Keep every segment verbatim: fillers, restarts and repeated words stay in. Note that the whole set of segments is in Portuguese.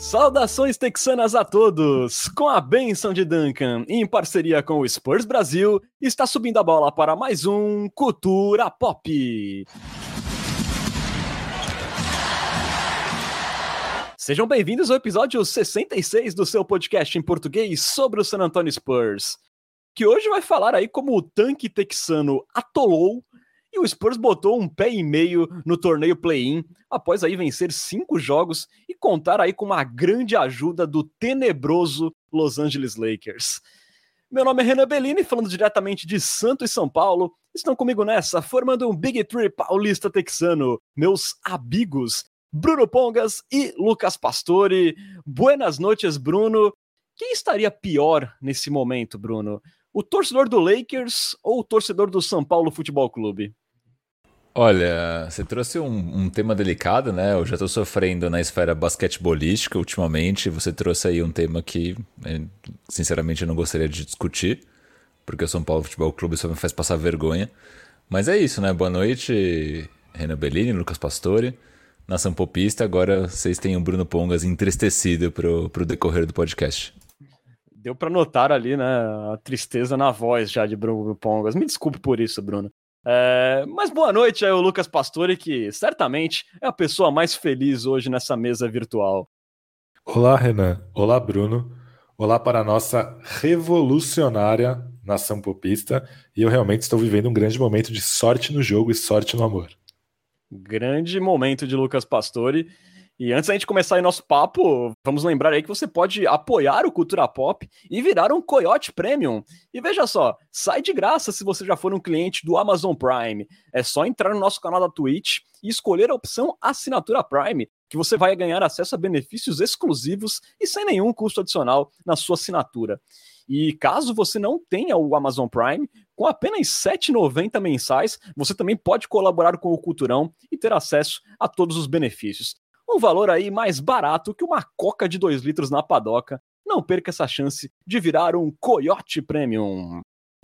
Saudações texanas a todos! Com a bênção de Duncan, em parceria com o Spurs Brasil, está subindo a bola para mais um Cultura Pop. Sejam bem-vindos ao episódio sessenta e seis do seu podcast em português sobre o San Antonio Spurs, que hoje vai falar aí como o tanque texano atolou e o Spurs botou um pé e meio no torneio play-in, após aí vencer cinco jogos e contar aí com uma grande ajuda do tenebroso Los Angeles Lakers. Meu nome é Renan Bellini, falando diretamente de Santos e São Paulo. Estão comigo nessa, formando um Big Three paulista texano, meus amigos Bruno Pongas e Lucas Pastore. Buenas noites, Bruno. Quem estaria pior nesse momento, Bruno? O torcedor do Lakers ou o torcedor do São Paulo Futebol Clube? Olha, você trouxe um, um tema delicado, né? Eu já estou sofrendo na esfera basquetebolística ultimamente. Você trouxe aí um tema que, sinceramente, eu não gostaria de discutir, porque o São Paulo Futebol Clube só me faz passar vergonha. Mas é isso, né? Boa noite, Renan Bellini, Lucas Pastore. Nação Popista, agora vocês têm o Bruno Pongas entristecido pro, pro decorrer do podcast. Deu para notar ali, né, a tristeza na voz já de Bruno Pongas. Me desculpe por isso, Bruno. É, mas boa noite aí o Lucas Pastore, que certamente é a pessoa mais feliz hoje nessa mesa virtual. Olá, Renan. Olá, Bruno. Olá para a nossa revolucionária Nação Popista. E eu realmente estou vivendo um grande momento de sorte no jogo e sorte no amor. Grande momento de Lucas Pastore. E antes da gente começar aí nosso papo, vamos lembrar aí que você pode apoiar o Cultura Pop e virar um Coyote Premium. E veja só, sai de graça se você já for um cliente do Amazon Prime. É só entrar no nosso canal da Twitch e escolher a opção Assinatura Prime, que você vai ganhar acesso a benefícios exclusivos e sem nenhum custo adicional na sua assinatura. E caso você não tenha o Amazon Prime, com apenas sete reais e noventa centavos mensais, você também pode colaborar com o Culturão e ter acesso a todos os benefícios. Um valor aí mais barato que uma coca de dois litros na padoca. Não perca essa chance de virar um Coyote Premium.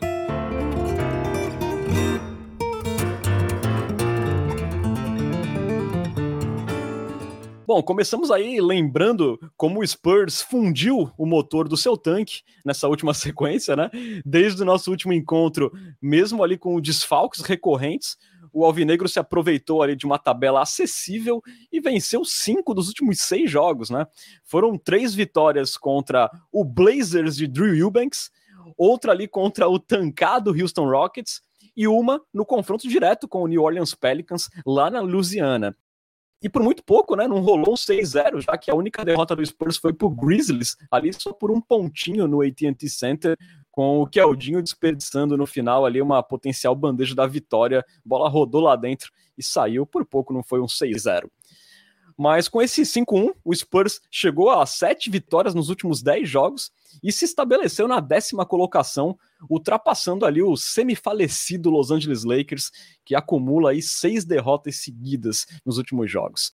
Bom, começamos aí lembrando como o Spurs fundiu o motor do seu tanque nessa última sequência, né? Desde o nosso último encontro, mesmo ali com desfalques recorrentes, o Alvinegro se aproveitou ali de uma tabela acessível e venceu cinco dos últimos seis jogos, né? Foram três vitórias contra o Blazers de Drew Eubanks, outra ali contra o tancado Houston Rockets e uma no confronto direto com o New Orleans Pelicans lá na Louisiana. E por muito pouco, né, não rolou um seis a zero, já que a única derrota do Spurs foi pro Grizzlies, ali só por um pontinho no A T and T Center, com o Keldinho desperdiçando no final ali uma potencial bandeja da vitória, a bola rodou lá dentro e saiu, por pouco não foi um seis a zero. Mas com esse cinco a um, o Spurs chegou a sete vitórias nos últimos dez jogos e se estabeleceu na décima colocação, ultrapassando ali o semifalecido Los Angeles Lakers, que acumula aí seis derrotas seguidas nos últimos jogos.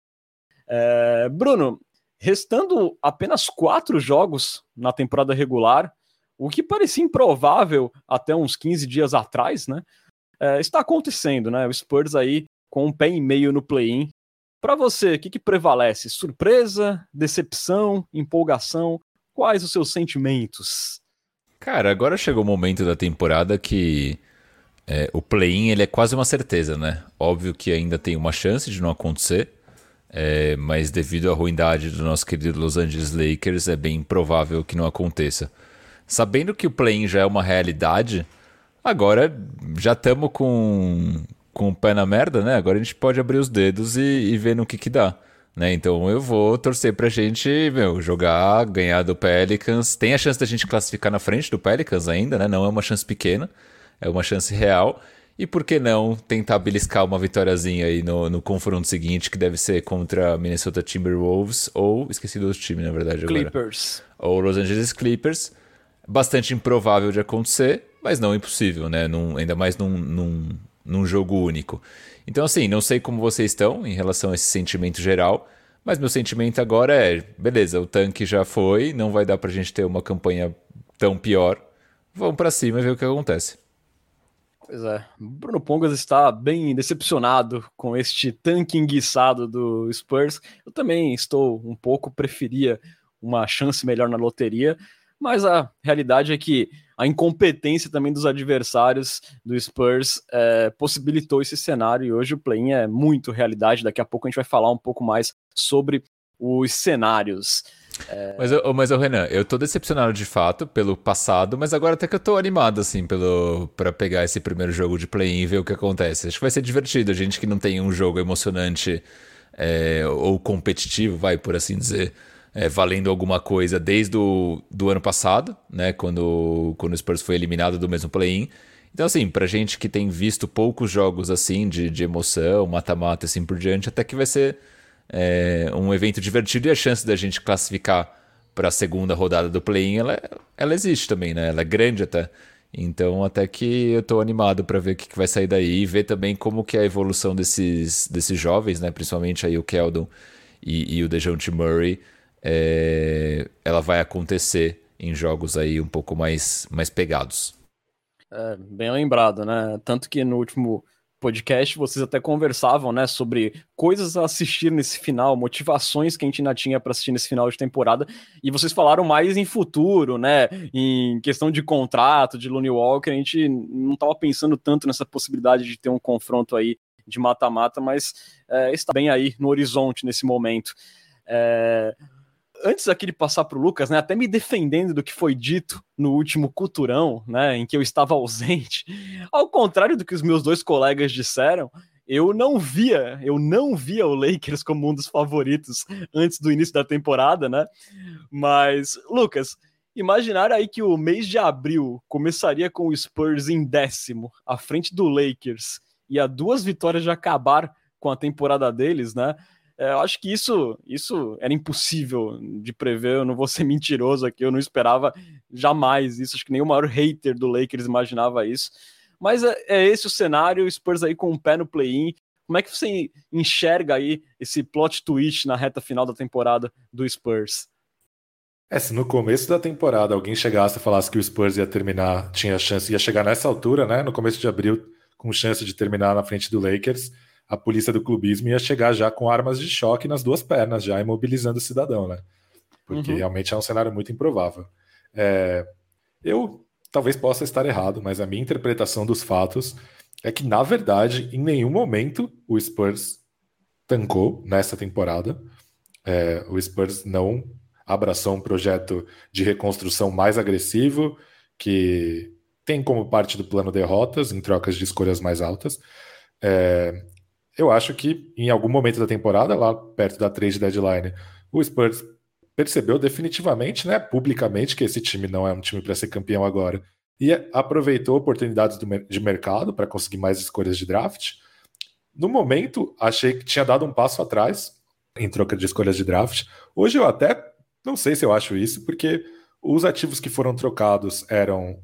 É, Bruno, restando apenas quatro jogos na temporada regular, o que parecia improvável até uns quinze dias atrás, né, é, está acontecendo, né? O Spurs aí com um pé e meio no play-in. Para você, o que, que prevalece? Surpresa, decepção, empolgação? Quais os seus sentimentos? Cara, agora chegou o momento da temporada que é, o play-in ele é quase uma certeza, né? Óbvio que ainda tem uma chance de não acontecer, é, mas devido à ruindade do nosso querido Los Angeles Lakers, é bem improvável que não aconteça. Sabendo que o play-in já é uma realidade, agora já estamos com, com o pé na merda, né? Agora a gente pode abrir os dedos e, e ver no que que dá. Né? Então eu vou torcer pra gente, meu, jogar, ganhar do Pelicans. Tem a chance da gente classificar na frente do Pelicans ainda, né? Não é uma chance pequena, é uma chance real. E por que não tentar beliscar uma vitóriazinha aí no, no confronto seguinte, que deve ser contra Minnesota Timberwolves, ou, esqueci do outro time, na verdade, agora. Clippers. Ou Los Angeles Clippers. Bastante improvável de acontecer, mas não impossível, né? Num, ainda mais num, num, num jogo único. Então, assim, não sei como vocês estão em relação a esse sentimento geral, mas meu sentimento agora é, beleza, o tanque já foi, não vai dar pra gente ter uma campanha tão pior. Vamos pra cima e ver o que acontece. Pois é, Bruno Pongas está bem decepcionado com este tanque enguiçado do Spurs. Eu também estou um pouco, preferia uma chance melhor na loteria, mas a realidade é que a incompetência também dos adversários do Spurs é, possibilitou esse cenário, e hoje o play-in é muito realidade. Daqui a pouco a gente vai falar um pouco mais sobre os cenários. É... Mas, eu, mas eu, Renan, eu tô decepcionado de fato pelo passado, mas agora até que eu tô animado, assim, pelo, pra pegar esse primeiro jogo de play-in e ver o que acontece. Acho que vai ser divertido, a gente que não tem um jogo emocionante é, ou competitivo, vai, por assim dizer, é, valendo alguma coisa desde o do ano passado, né, quando, quando o Spurs foi eliminado do mesmo play-in. Então, assim, pra gente que tem visto poucos jogos assim de, de emoção, mata-mata, assim por diante, até que vai ser É um evento divertido, e a chance da gente classificar para a segunda rodada do play-in, ela, ela existe também, né? Ela é grande até. Então, até que eu tô animado para ver o que, que vai sair daí, e ver também como que é a evolução desses, desses jovens, né? Principalmente aí o Keldon e, e o DeJounte Murray, é, ela vai acontecer em jogos aí um pouco mais, mais pegados. É, bem lembrado, né? Tanto que no último podcast vocês até conversavam, né, sobre coisas a assistir nesse final, motivações que a gente ainda tinha para assistir nesse final de temporada, e vocês falaram mais em futuro, né, em questão de contrato, de Lonnie Walker. A gente não estava pensando tanto nessa possibilidade de ter um confronto aí de mata-mata, mas é, está bem aí no horizonte nesse momento. É... Antes aqui de passar para o Lucas, né, até me defendendo do que foi dito no último Culturão, né, em que eu estava ausente, ao contrário do que os meus dois colegas disseram, eu não via, eu não via o Lakers como um dos favoritos antes do início da temporada, né? Mas, Lucas, imaginar aí que o mês de abril começaria com o Spurs em décimo, à frente do Lakers, e a duas vitórias de acabar com a temporada deles, né? Eu acho que isso, isso era impossível de prever. Eu não vou ser mentiroso aqui, eu não esperava jamais isso. Acho que nem o maior hater do Lakers imaginava isso. Mas é, é esse o cenário, o Spurs aí com um pé no play-in. Como é que você enxerga aí esse plot twist na reta final da temporada do Spurs? É, se no começo da temporada alguém chegasse e falasse que o Spurs ia terminar, tinha chance, ia chegar nessa altura, né, no começo de abril, com chance de terminar na frente do Lakers, a polícia do clubismo ia chegar já com armas de choque nas duas pernas, já imobilizando o cidadão, né? Porque uhum. realmente é um cenário muito improvável. É, eu talvez possa estar errado, mas a minha interpretação dos fatos é que, na verdade, em nenhum momento o Spurs tancou nessa temporada. É, o Spurs não abraçou um projeto de reconstrução mais agressivo, que tem como parte do plano derrotas em trocas de escolhas mais altas. É, eu acho que em algum momento da temporada, lá perto da trade deadline, o Spurs percebeu definitivamente, né, publicamente, que esse time não é um time para ser campeão agora, e aproveitou oportunidades do, de mercado para conseguir mais escolhas de draft. No momento, achei que tinha dado um passo atrás em troca de escolhas de draft. Hoje eu até não sei se eu acho isso, porque os ativos que foram trocados eram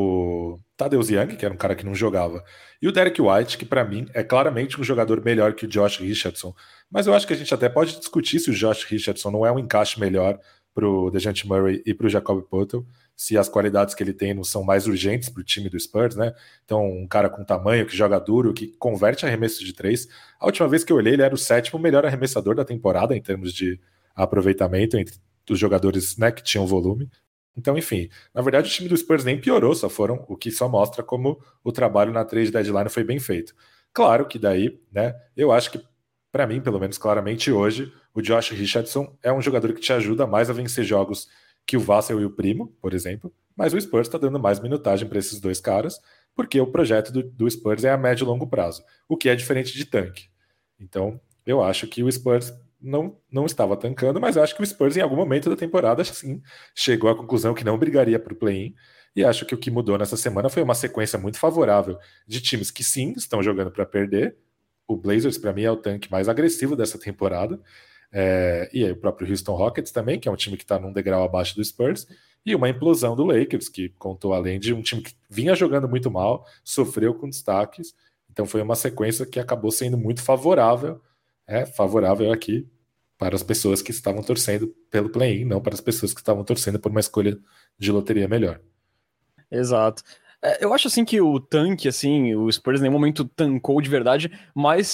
o Tadeusz Young, que era um cara que não jogava, e o Derek White, que para mim é claramente um jogador melhor que o Josh Richardson. Mas eu acho que a gente até pode discutir se o Josh Richardson não é um encaixe melhor para o DeJounte Murray e para o Jacob Poeltl, se as qualidades que ele tem não são mais urgentes para o time do Spurs, né? Então, um cara com tamanho, que joga duro, que converte arremessos de três. A última vez que eu olhei, ele era o sétimo melhor arremessador da temporada em termos de aproveitamento entre os jogadores, né, que tinham volume. Então, enfim, na verdade o time do Spurs nem piorou, só foram, o que só mostra como o trabalho na trade deadline foi bem feito. Claro que daí, né, eu acho que, para mim, pelo menos claramente hoje, o Josh Richardson é um jogador que te ajuda mais a vencer jogos que o Vassell e o Primo, por exemplo, mas o Spurs está dando mais minutagem para esses dois caras, porque o projeto do, do Spurs é a médio e longo prazo, o que é diferente de tanque. Então, eu acho que o Spurs não, não estava tancando, mas eu acho que o Spurs em algum momento da temporada sim, chegou à conclusão que não brigaria para o play-in, e acho que o que mudou nessa semana foi uma sequência muito favorável de times que sim, estão jogando para perder. O Blazers para mim é o tanque mais agressivo dessa temporada, é, e aí o próprio Houston Rockets também, que é um time que está num degrau abaixo do Spurs, e uma implosão do Lakers, que contou além de um time que vinha jogando muito mal, sofreu com destaques, então foi uma sequência que acabou sendo muito favorável, é favorável aqui para as pessoas que estavam torcendo pelo play-in, não para as pessoas que estavam torcendo por uma escolha de loteria melhor. Exato. É, eu acho assim que o tanque, assim, o Spurs em nenhum momento tancou de verdade, mas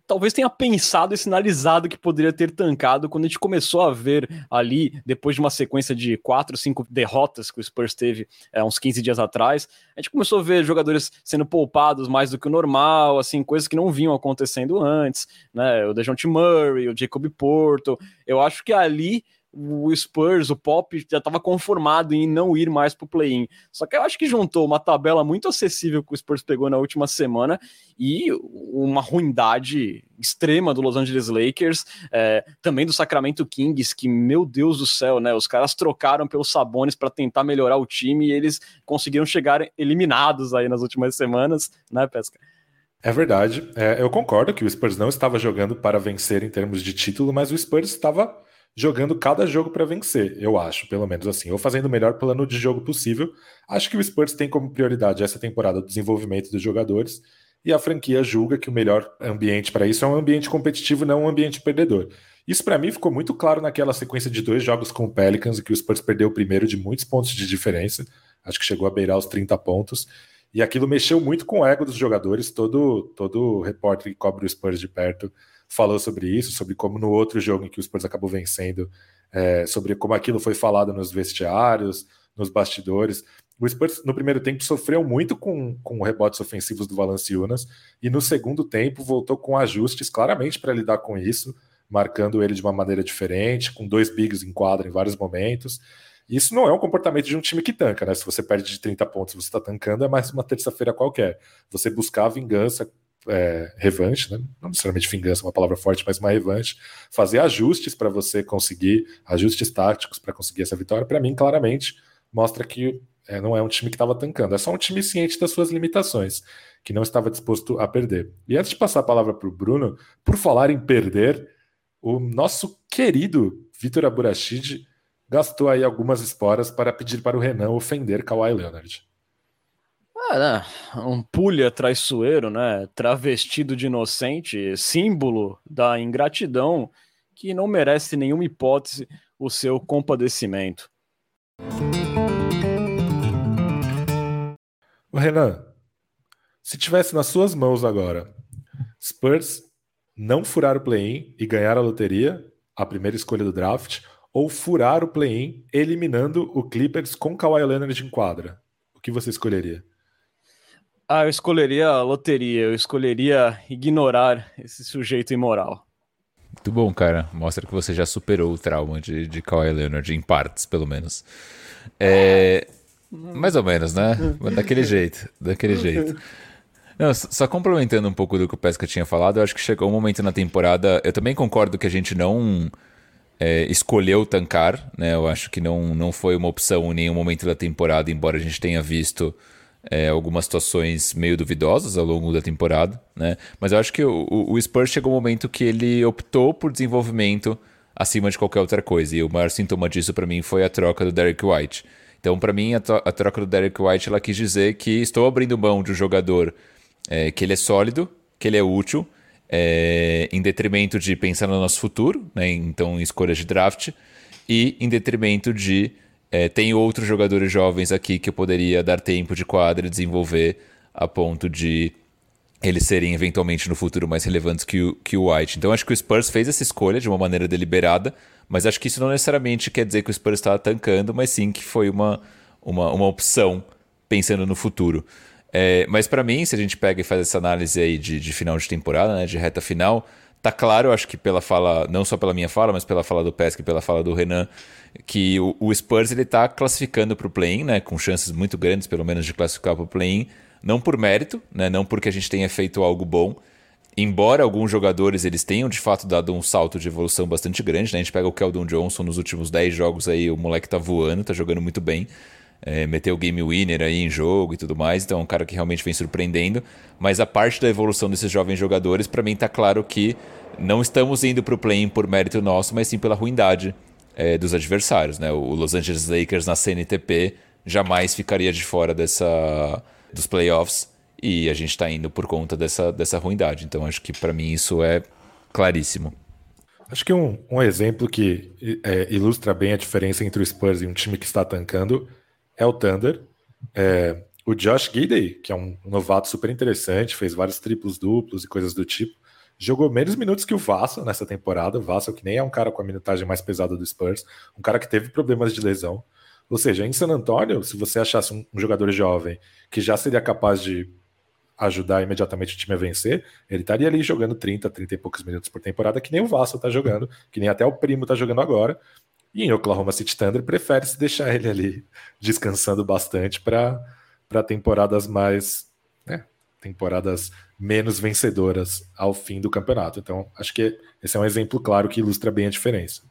talvez tenha pensado e sinalizado que poderia ter tancado quando a gente começou a ver ali, depois de uma sequência de quatro, cinco derrotas que o Spurs teve é, uns quinze dias atrás, a gente começou a ver jogadores sendo poupados mais do que o normal, assim, coisas que não vinham acontecendo antes, né? O DeJounte Murray, o Jacob Porto. Eu acho que ali o Spurs, o Pop já estava conformado em não ir mais para o play-in. Só que eu acho que juntou uma tabela muito acessível que o Spurs pegou na última semana e uma ruindade extrema do Los Angeles Lakers, é, também do Sacramento Kings, que, meu Deus do céu, né? Os caras trocaram pelos Sabonis para tentar melhorar o time e eles conseguiram chegar eliminados aí nas últimas semanas, né, Pesca? É verdade. É, eu concordo que o Spurs não estava jogando para vencer em termos de título, mas o Spurs estava jogando cada jogo para vencer, eu acho, pelo menos assim, ou fazendo o melhor plano de jogo possível. Acho que o Spurs tem como prioridade essa temporada o desenvolvimento dos jogadores, e a franquia julga que o melhor ambiente para isso é um ambiente competitivo, não um ambiente perdedor. Isso para mim ficou muito claro naquela sequência de dois jogos com o Pelicans, em que o Spurs perdeu o primeiro de muitos pontos de diferença, acho que chegou a beirar os trinta pontos, e aquilo mexeu muito com o ego dos jogadores. Todo, todo repórter que cobre o Spurs de perto falou sobre isso, sobre como no outro jogo em que o Spurs acabou vencendo, é, sobre como aquilo foi falado nos vestiários, nos bastidores. O Spurs, no primeiro tempo, sofreu muito com, com rebotes ofensivos do Valanciunas, e no segundo tempo voltou com ajustes claramente para lidar com isso, marcando ele de uma maneira diferente, com dois bigs em quadra em vários momentos. Isso não é um comportamento de um time que tanca, né? Se você perde de trinta pontos, você está tancando, é mais uma terça-feira qualquer. Você buscar a vingança, é, revanche, né? Não necessariamente vingança é uma palavra forte, mas uma revanche, fazer ajustes para você conseguir, ajustes táticos para conseguir essa vitória, para mim, claramente, mostra que é, não é um time que estava tancando, é só um time ciente das suas limitações, que não estava disposto a perder. E antes de passar a palavra para o Bruno, por falar em perder, o nosso querido Vitor Aburachid gastou aí algumas esporas para pedir para o Renan ofender Kawhi Leonard. Ah, né? Um pulha traiçoeiro, né? Travestido de inocente, símbolo da ingratidão, que não merece nenhuma hipótese o seu compadecimento. O Renan, se tivesse nas suas mãos agora, Spurs não furar o play-in e ganhar a loteria, a primeira escolha do draft, ou furar o play-in eliminando o Clippers com Kawhi Leonard em quadra, o que você escolheria? Ah, eu escolheria a loteria, eu escolheria ignorar esse sujeito imoral. Muito bom, cara. Mostra que você já superou o trauma de, de Kawhi Leonard, em partes, pelo menos. É... Mais ou menos, né? Daquele jeito, daquele jeito. Não, só complementando um pouco do que o Pesca tinha falado, eu acho que chegou um momento na temporada... Eu também concordo que a gente não é, escolheu tancar, né? Eu acho que não, não foi uma opção em nenhum momento da temporada, embora a gente tenha visto... É, algumas situações meio duvidosas ao longo da temporada, né? Mas eu acho que o, o Spurs chegou um momento que ele optou por desenvolvimento acima de qualquer outra coisa, e o maior sintoma disso para mim foi a troca do Derrick White. Então, para mim, a, a troca do Derrick White, ela quis dizer que estou abrindo mão de um jogador é, que ele é sólido, que ele é útil, é, em detrimento de pensar no nosso futuro, né? Então, em escolhas de draft, e em detrimento de É, tem outros jogadores jovens aqui que eu poderia dar tempo de quadra e desenvolver a ponto de eles serem eventualmente no futuro mais relevantes que o, que o White. Então acho que o Spurs fez essa escolha de uma maneira deliberada, mas acho que isso não necessariamente quer dizer que o Spurs estava tancando, mas sim que foi uma, uma, uma opção pensando no futuro. É, mas para mim, se a gente pega e faz essa análise aí de, de final de temporada, né, de reta final, tá claro, acho que pela fala, não só pela minha fala, mas pela fala do Pesca e pela fala do Renan, que o, o Spurs ele tá classificando para o play-in, né, com chances muito grandes, pelo menos, de classificar para o play-in, não por mérito, né, não porque a gente tenha feito algo bom, embora alguns jogadores eles tenham de fato dado um salto de evolução bastante grande, né, a gente pega o Keldon Johnson nos últimos dez jogos aí, o moleque tá voando, tá jogando muito bem, é, meteu o game winner aí em jogo e tudo mais, então é um cara que realmente vem surpreendendo, mas a parte da evolução desses jovens jogadores, para mim tá claro que não estamos indo para o play-in por mérito nosso, mas sim pela ruindade é, dos adversários, né? O Los Angeles Lakers na C N T P jamais ficaria de fora dessa, dos playoffs, e a gente está indo por conta dessa, dessa ruindade, então acho que para mim isso é claríssimo. Acho que um, um exemplo que é, ilustra bem a diferença entre o Spurs e um time que está tancando é o Thunder. É, o Josh Giddey, que é um novato super interessante, fez vários triplos duplos e coisas do tipo, jogou menos minutos que o Vassell nessa temporada. O Vassell, que nem é um cara com a minutagem mais pesada do Spurs, um cara que teve problemas de lesão. Ou seja, em San Antonio, se você achasse um, um jogador jovem que já seria capaz de ajudar imediatamente o time a vencer, ele estaria ali jogando trinta, trinta e poucos minutos por temporada, que nem o Vassell tá jogando, que nem até o Primo tá jogando agora. E em Oklahoma City Thunder prefere-se deixar ele ali descansando bastante para temporadas mais, né, temporadas menos vencedoras ao fim do campeonato. Então, acho que esse é um exemplo claro que ilustra bem a diferença.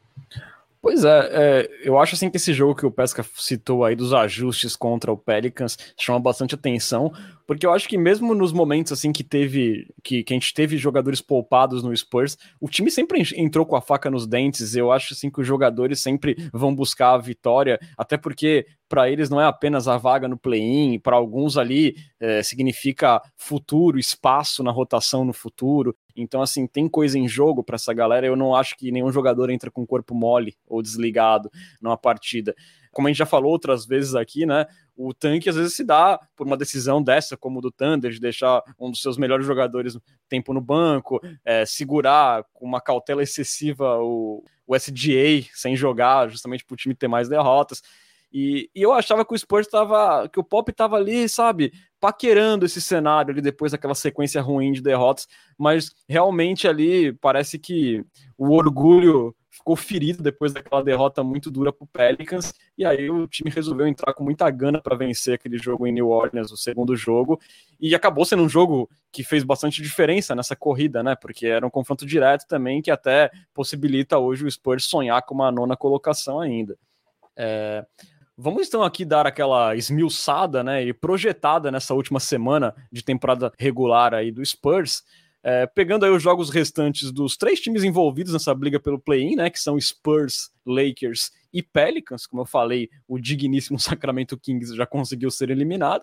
Pois é, é, eu acho assim que esse jogo que o Pesca citou aí dos ajustes contra o Pelicans chama bastante atenção, porque eu acho que mesmo nos momentos assim que teve que, que a gente teve jogadores poupados no Spurs, o time sempre entrou com a faca nos dentes. Eu acho assim que os jogadores sempre vão buscar a vitória, até porque para eles não é apenas a vaga no play-in, para alguns ali é, significa futuro, espaço na rotação no futuro. Então, assim, tem coisa em jogo para essa galera. Eu não acho que nenhum jogador entra com o corpo mole ou desligado numa partida. Como a gente já falou outras vezes aqui, né? O tanque às vezes se dá por uma decisão dessa, como o do Thunder, de deixar um dos seus melhores jogadores tempo no banco, é, segurar com uma cautela excessiva o, o S G A sem jogar, justamente para o time ter mais derrotas. E, e eu achava que o Spurs tava, que o Pop tava ali, sabe, paquerando esse cenário ali depois daquela sequência ruim de derrotas, mas realmente ali parece que o orgulho ficou ferido depois daquela derrota muito dura pro Pelicans, e aí o time resolveu entrar com muita gana para vencer aquele jogo em New Orleans, o segundo jogo, e acabou sendo um jogo que fez bastante diferença nessa corrida, né, porque era um confronto direto também que até possibilita hoje o Spurs sonhar com uma nona colocação ainda. É... Vamos então aqui dar aquela esmiuçada, né, e projetada nessa última semana de temporada regular aí do Spurs, é, pegando aí os jogos restantes dos três times envolvidos nessa briga pelo play-in, né, que são Spurs, Lakers e Pelicans. Como eu falei, o digníssimo Sacramento Kings já conseguiu ser eliminado.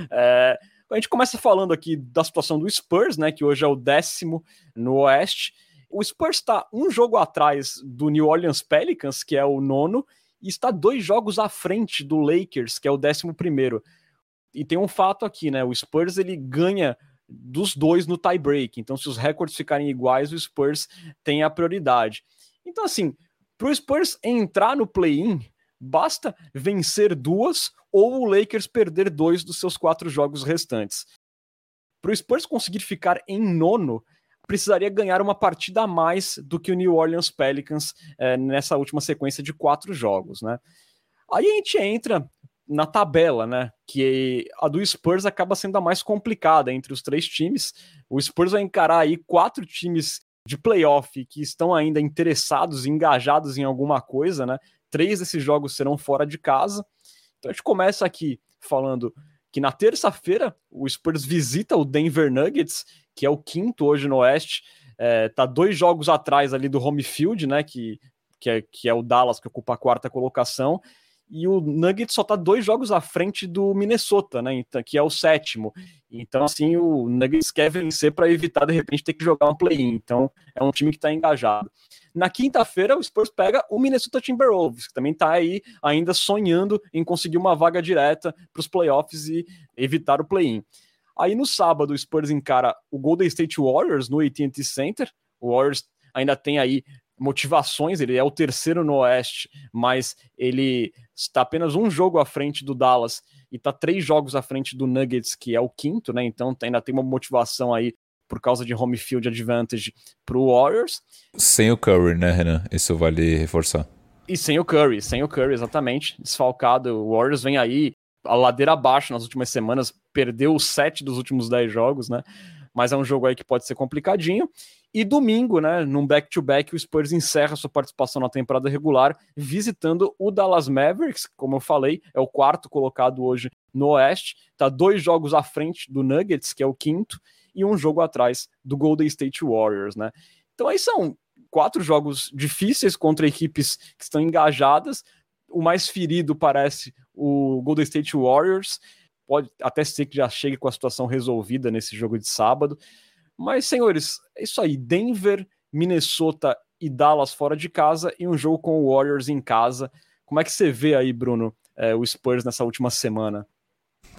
É, a gente começa falando aqui da situação do Spurs, né, que hoje é o décimo no Oeste. O Spurs está um jogo atrás do New Orleans Pelicans, que é o nono, e está dois jogos à frente do Lakers, que é o décimo primeiro. E tem um fato aqui, né? O Spurs ele ganha dos dois no tie-break. Então, se os recordes ficarem iguais, o Spurs tem a prioridade. Então, assim, para o Spurs entrar no play-in, basta vencer duas ou o Lakers perder dois dos seus quatro jogos restantes. Para o Spurs conseguir ficar em nono, precisaria ganhar uma partida a mais do que o New Orleans Pelicans é, nessa última sequência de quatro jogos, né? Aí a gente entra na tabela, né? Que a do Spurs acaba sendo a mais complicada entre os três times. O Spurs vai encarar aí quatro times de playoff que estão ainda interessados, engajados em alguma coisa, né? Três desses jogos serão fora de casa. Então a gente começa aqui falando que na terça-feira o Spurs visita o Denver Nuggets, que é o quinto hoje no Oeste, é, tá dois jogos atrás ali do home field, né, que, que, é, que é o Dallas, que ocupa a quarta colocação, e o Nuggets só tá dois jogos à frente do Minnesota, né, então, que é o sétimo. Então, assim, o Nuggets quer vencer para evitar, de repente, ter que jogar um play-in. Então, é um time que tá engajado. Na quinta-feira, o Spurs pega o Minnesota Timberwolves, que também está aí ainda sonhando em conseguir uma vaga direta para os playoffs e evitar o play-in. Aí no sábado, o Spurs encara o Golden State Warriors no A T and T Center. O Warriors ainda tem aí motivações, ele é o terceiro no Oeste, mas ele está apenas um jogo à frente do Dallas e está três jogos à frente do Nuggets, que é o quinto, né? Então ainda tem uma motivação aí por causa de home field advantage para o Warriors. Sem o Curry, né, Renan? Isso vale reforçar. E sem o Curry, sem o Curry, exatamente. Desfalcado, o Warriors vem aí a ladeira abaixo nas últimas semanas, perdeu os sete dos últimos dez jogos, né? Mas é um jogo aí que pode ser complicadinho. E domingo, né, num back-to-back, o Spurs encerra sua participação na temporada regular, visitando o Dallas Mavericks, como eu falei, é o quarto colocado hoje no Oeste, tá dois jogos à frente do Nuggets, que é o quinto, e um jogo atrás do Golden State Warriors, né? Então aí são quatro jogos difíceis contra equipes que estão engajadas. O mais ferido parece o Golden State Warriors, pode até ser que já chegue com a situação resolvida nesse jogo de sábado. Mas, senhores, é isso aí. Denver, Minnesota e Dallas fora de casa e um jogo com o Warriors em casa. Como é que você vê aí, Bruno, é, o Spurs nessa última semana?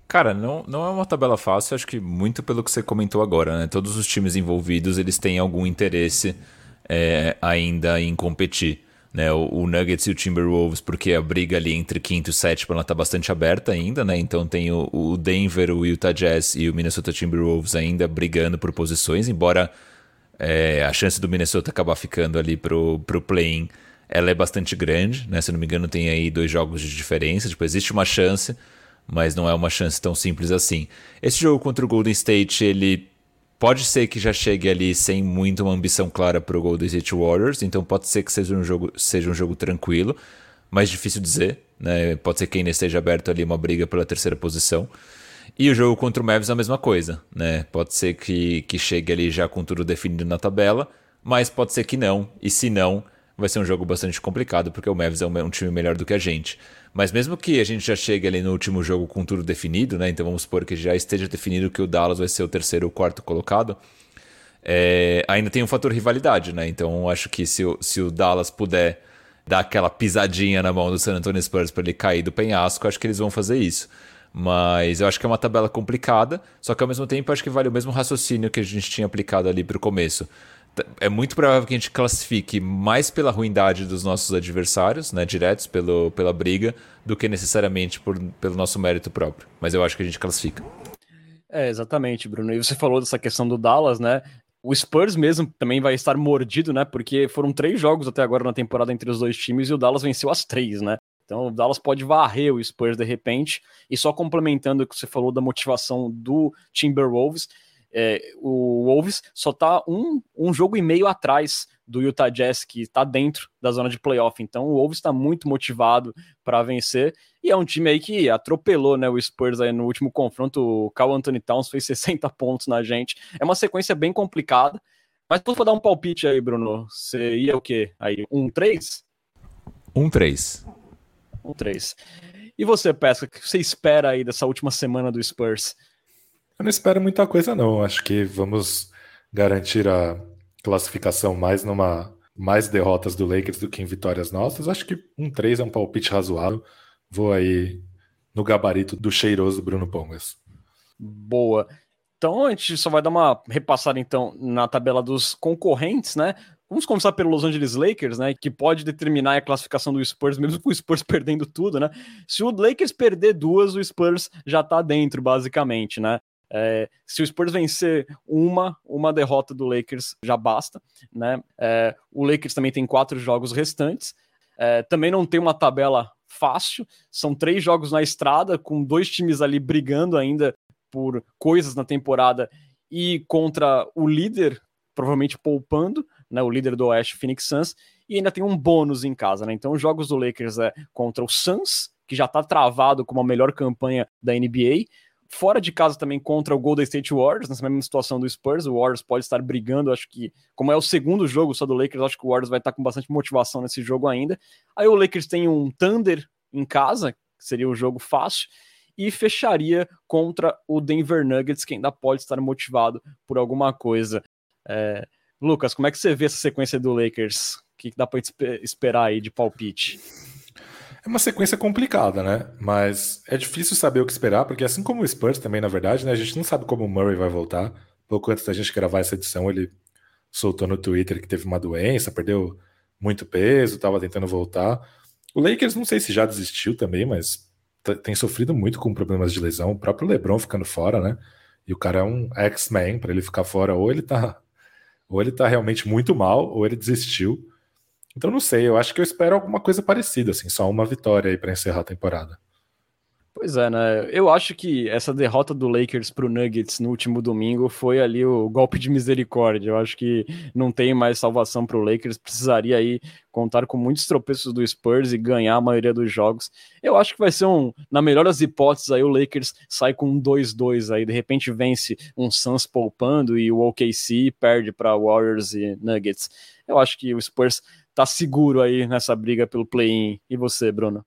Cara, não, não é uma tabela fácil, acho que muito pelo que você comentou agora, né? Todos os times envolvidos, eles têm algum interesse é, ainda em competir, né? O, o Nuggets e o Timberwolves, porque a briga ali entre quinto e sétimo, ela tá bastante aberta ainda, né? Então tem o, o Denver, o Utah Jazz e o Minnesota Timberwolves ainda brigando por posições, embora é, a chance do Minnesota acabar ficando ali pro, pro play-in, ela é bastante grande, né? Se não me engano, tem aí dois jogos de diferença, tipo, existe uma chance, mas não é uma chance tão simples assim. Esse jogo contra o Golden State, ele pode ser que já chegue ali sem muito uma ambição clara para o Golden State Warriors, então pode ser que seja um jogo, seja um jogo tranquilo, mas difícil dizer, né? Pode ser que ainda esteja aberto ali uma briga pela terceira posição. E o jogo contra o Mavs é a mesma coisa, né? Pode ser que, que chegue ali já com tudo definido na tabela, mas pode ser que não, e se não, vai ser um jogo bastante complicado, porque o Mavs é um, um time melhor do que a gente. Mas mesmo que a gente já chegue ali no último jogo com tudo definido, né? Então vamos supor que já esteja definido que o Dallas vai ser o terceiro ou quarto colocado, é, ainda tem um fator rivalidade, né? Então acho que se o, se o Dallas puder dar aquela pisadinha na mão do San Antonio Spurs para ele cair do penhasco, acho que eles vão fazer isso. Mas eu acho que é uma tabela complicada, só que ao mesmo tempo acho que vale o mesmo raciocínio que a gente tinha aplicado ali para o começo. É muito provável que a gente classifique mais pela ruindade dos nossos adversários, né, diretos pelo, pela briga, do que necessariamente por, pelo nosso mérito próprio. Mas eu acho que a gente classifica. É, exatamente, Bruno. E você falou dessa questão do Dallas, né? O Spurs mesmo também vai estar mordido, né? Porque foram três jogos até agora na temporada entre os dois times e o Dallas venceu as três, né? Então o Dallas pode varrer o Spurs de repente. E só complementando o que você falou da motivação do Timberwolves, É, o Wolves só tá um, um jogo e meio atrás do Utah Jazz, que tá dentro da zona de playoff, então o Wolves tá muito motivado para vencer, e é um time aí que atropelou, né, o Spurs aí no último confronto. O Karl Anthony Towns fez sessenta pontos na gente, é uma sequência bem complicada, mas pra dar um palpite aí, Bruno, você ia o quê? Aí, um três? um três. um três. E você, Pesca, o que você espera aí dessa última semana do Spurs? Eu não espero muita coisa, não. Acho que vamos garantir a classificação mais numa mais derrotas do Lakers do que em vitórias nossas. Acho que um três é um palpite razoável. Vou aí no gabarito do cheiroso Bruno Pongas. Boa. Então a gente só vai dar uma repassada então na tabela dos concorrentes, né? Vamos começar pelo Los Angeles Lakers, né? Que pode determinar a classificação do Spurs, mesmo com o Spurs perdendo tudo, né? Se o Lakers perder duas, o Spurs já tá dentro, basicamente, né? É, se o Spurs vencer uma, uma derrota do Lakers já basta, né? É, o Lakers também tem quatro jogos restantes, é, também não tem uma tabela fácil, são três jogos na estrada, com dois times ali brigando ainda por coisas na temporada e contra o líder, provavelmente poupando, né? O líder do Oeste, Phoenix Suns, e ainda tem um bônus em casa, né? Então os jogos do Lakers é contra o Suns, que já tá travado como a melhor campanha da N B A, fora de casa também contra o Golden State Warriors, nessa mesma situação do Spurs. O Warriors pode estar brigando, acho que, como é o segundo jogo só do Lakers, acho que o Warriors vai estar com bastante motivação nesse jogo ainda. Aí o Lakers tem um Thunder em casa, que seria um jogo fácil, e fecharia contra o Denver Nuggets, que ainda pode estar motivado por alguma coisa. É... Lucas, como é que você vê essa sequência do Lakers? O que dá para esperar aí de palpite? É uma sequência complicada, né? Mas é difícil saber o que esperar, porque assim como o Spurs também, na verdade, né? A gente não sabe como o Murray vai voltar. Pouco antes da gente gravar essa edição, ele soltou no Twitter que teve uma doença, perdeu muito peso, estava tentando voltar. O Lakers não sei se já desistiu também, mas tem sofrido muito com problemas de lesão. O próprio LeBron ficando fora, né? E o cara é um X-Men, para ele ficar fora, ou ele tá, ou ele tá realmente muito mal, ou ele desistiu. Então não sei, eu acho que eu espero alguma coisa parecida, assim, só uma vitória aí para encerrar a temporada. Pois é, né? Eu acho que essa derrota do Lakers pro Nuggets no último domingo foi ali o golpe de misericórdia. Eu acho que não tem mais salvação pro Lakers, precisaria aí contar com muitos tropeços do Spurs e ganhar a maioria dos jogos. Eu acho que vai ser um, na melhor das hipóteses, aí o Lakers sai com um dois dois aí, de repente vence um Suns poupando e o O K C perde para Warriors e Nuggets. Eu acho que o Spurs tá seguro aí nessa briga pelo play-in. E você, Bruno?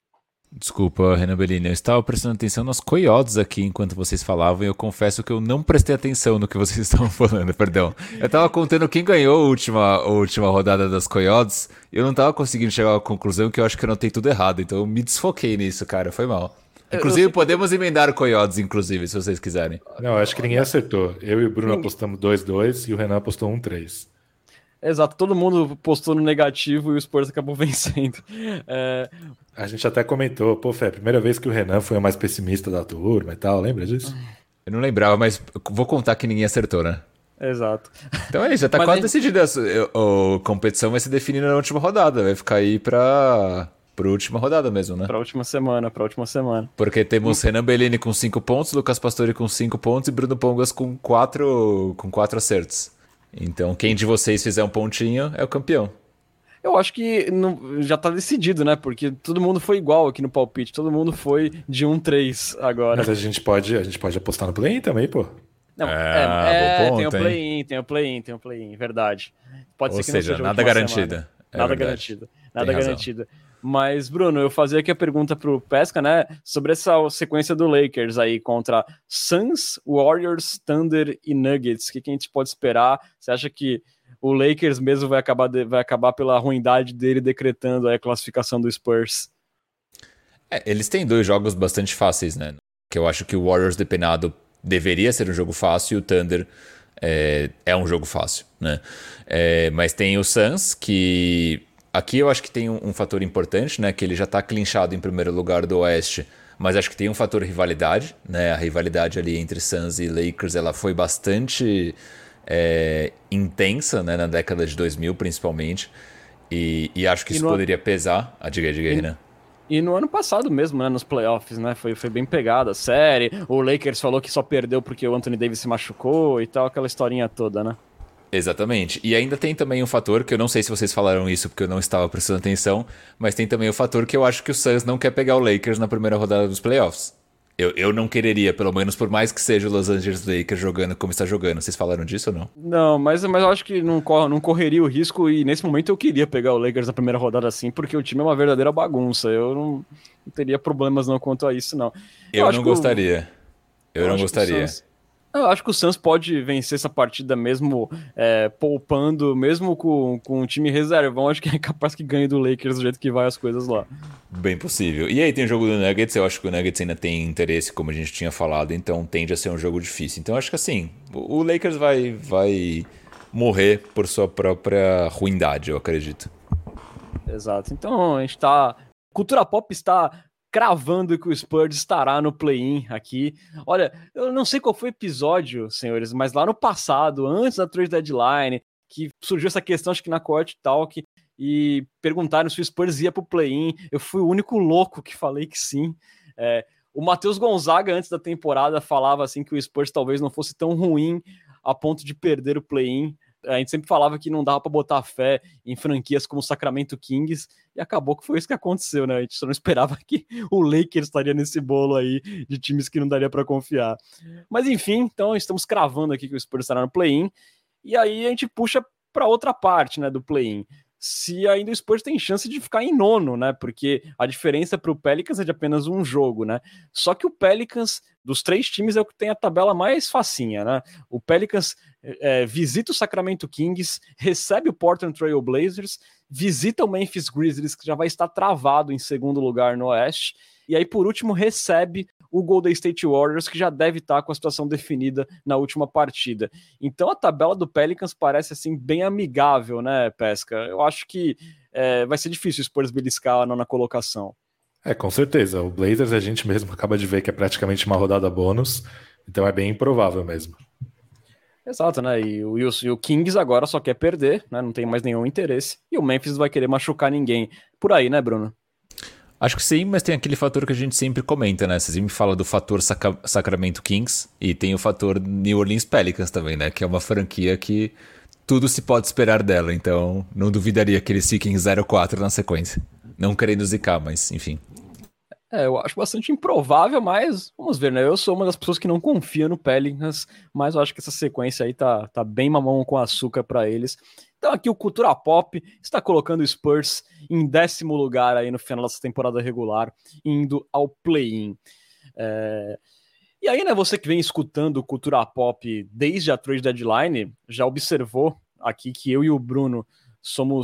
Desculpa, Renan Bellini, eu estava prestando atenção nas coyotes aqui enquanto vocês falavam e eu confesso que eu não prestei atenção no que vocês estavam falando, perdão. Eu estava contando quem ganhou a última, a última rodada das coyotes e eu não estava conseguindo chegar à conclusão que eu acho que eu anotei tudo errado, então eu me desfoquei nisso, cara, foi mal. Inclusive, podemos que... emendar Coyotes, inclusive, se vocês quiserem. Não, acho que ninguém acertou. Eu e o Bruno ninguém... apostamos dois dois e o Renan apostou um três. Exato, todo mundo postou no negativo e o Spurs acabou vencendo. É... A gente até comentou, pô, Fé, primeira vez que o Renan foi o mais pessimista da turma e tal, lembra disso? Eu não lembrava, mas vou contar que ninguém acertou, né? Exato. Então é isso, já tá mas quase gente... decidida. A, a competição vai se definir na última rodada, vai ficar aí pra, pra última rodada mesmo, né? Pra última semana, pra última semana. Porque temos Renan Bellini com cinco pontos, Lucas Pastore com cinco pontos e Bruno Pongas com quatro com quatro acertos. Então, quem de vocês fizer um pontinho é o campeão. Eu acho que não, já tá decidido, né? Porque todo mundo foi igual aqui no palpite. Todo mundo foi de um três agora. Mas a gente pode, a gente pode apostar no play-in também, pô. Não, é, é, é ponto, tem o play-in, tem o play-in, tem o play-in, verdade. Pode Ou ser que seja, não seja nada garantido. É nada verdade. garantido. Nada garantido. Mas, Bruno, eu fazia aqui a pergunta pro Pesca, né? Sobre essa sequência do Lakers aí contra Suns, Warriors, Thunder e Nuggets. O que, que a gente pode esperar? Você acha que o Lakers mesmo vai acabar, de, vai acabar pela ruindade dele decretando a classificação do Spurs? É, eles têm dois jogos bastante fáceis, né? Que eu acho que o Warriors depenado deveria ser um jogo fácil e o Thunder é, é um jogo fácil, né? É, mas tem o Suns, que aqui eu acho que tem um, um fator importante, né? Que ele já está clinchado em primeiro lugar do Oeste, mas acho que tem um fator rivalidade, né? A rivalidade ali entre Suns e Lakers, ela foi bastante é, intensa, né? Na década de dois mil, principalmente, e, e acho que isso poderia pesar. Ah, diga aí, diga aí, Renan. E no ano passado mesmo, né, nos playoffs, né, foi, foi bem pegada a série. O Lakers falou que só perdeu porque o Anthony Davis se machucou e tal, aquela historinha toda, né? Exatamente. E ainda tem também um fator, que eu não sei se vocês falaram isso porque eu não estava prestando atenção, mas tem também o fator que eu acho que o Suns não quer pegar o Lakers na primeira rodada dos playoffs. Eu, eu não quereria, pelo menos por mais que seja o Los Angeles Lakers jogando como está jogando. Vocês falaram disso ou não? Não, mas, mas eu acho que não, cor, não correria o risco e nesse momento eu queria pegar o Lakers na primeira rodada assim, porque o time é uma verdadeira bagunça. Eu não, não teria problemas não quanto a isso, não. Eu, eu não gostaria. O, eu, eu não gostaria. Eu acho que o Suns pode vencer essa partida mesmo é, poupando, mesmo com, com um time reservão. Acho que é capaz que ganhe do Lakers do jeito que vai as coisas lá. Bem possível. E aí tem o jogo do Nuggets, eu acho que o Nuggets ainda tem interesse, como a gente tinha falado, então tende a ser um jogo difícil. Então acho que assim, o Lakers vai, vai morrer por sua própria ruindade, eu acredito. Exato. Então a gente tá... Cultura Pop está cravando que o Spurs estará no play-in aqui. Olha, eu não sei qual foi o episódio, senhores, mas lá no passado, antes da trade deadline, que surgiu essa questão, acho que na Court Talk, e perguntaram se o Spurs ia pro play-in. Eu fui o único louco que falei que sim. É, o Matheus Gonzaga, antes da temporada, falava assim que o Spurs talvez não fosse tão ruim a ponto de perder o play-in. A gente sempre falava que não dava para botar fé em franquias como o Sacramento Kings, e acabou que foi isso que aconteceu, né? A gente só não esperava que o Lakers estaria nesse bolo aí de times que não daria para confiar. Mas enfim, então estamos cravando aqui que o Spurs estará no play-in, e aí a gente puxa para outra parte, né, do play-in. Se ainda o Spurs tem chance de ficar em nono, né? Porque a diferença para o Pelicans é de apenas um jogo, né? Só que o Pelicans, dos três times, é o que tem a tabela mais facinha, né? O Pelicans é, visita o Sacramento Kings, recebe o Portland Trail Blazers, visita o Memphis Grizzlies, que já vai estar travado em segundo lugar no Oeste, e aí, por último, recebe o Golden State Warriors, que já deve estar com a situação definida na última partida. Então a tabela do Pelicans parece assim bem amigável, né, Pesca? Eu acho que é, vai ser difícil o Spurs beliscar a nona colocação. É, com certeza. O Blazers a gente mesmo acaba de ver que é praticamente uma rodada bônus, então é bem improvável mesmo. Exato, né? E o, e o Kings agora só quer perder, né? Não tem mais nenhum interesse. E o Memphis vai querer machucar ninguém. Por aí, né, Bruno? Acho que sim, mas tem aquele fator que a gente sempre comenta, né? Você sempre fala do fator Saca- Sacramento Kings e tem o fator New Orleans Pelicans também, né? Que é uma franquia que tudo se pode esperar dela, então não duvidaria que eles fiquem zero quatro na sequência. Não querendo zicar, mas enfim. É, eu acho bastante improvável, mas vamos ver, né? Eu sou uma das pessoas que não confia no Pelicans, mas eu acho que essa sequência aí tá, tá bem mamão com açúcar para eles. Então aqui o Cultura Pop está colocando o Spurs em décimo lugar aí no final dessa temporada regular, indo ao play-in. É... E aí, né, você que vem escutando o Cultura Pop desde a trade deadline, já observou aqui que eu e o Bruno somos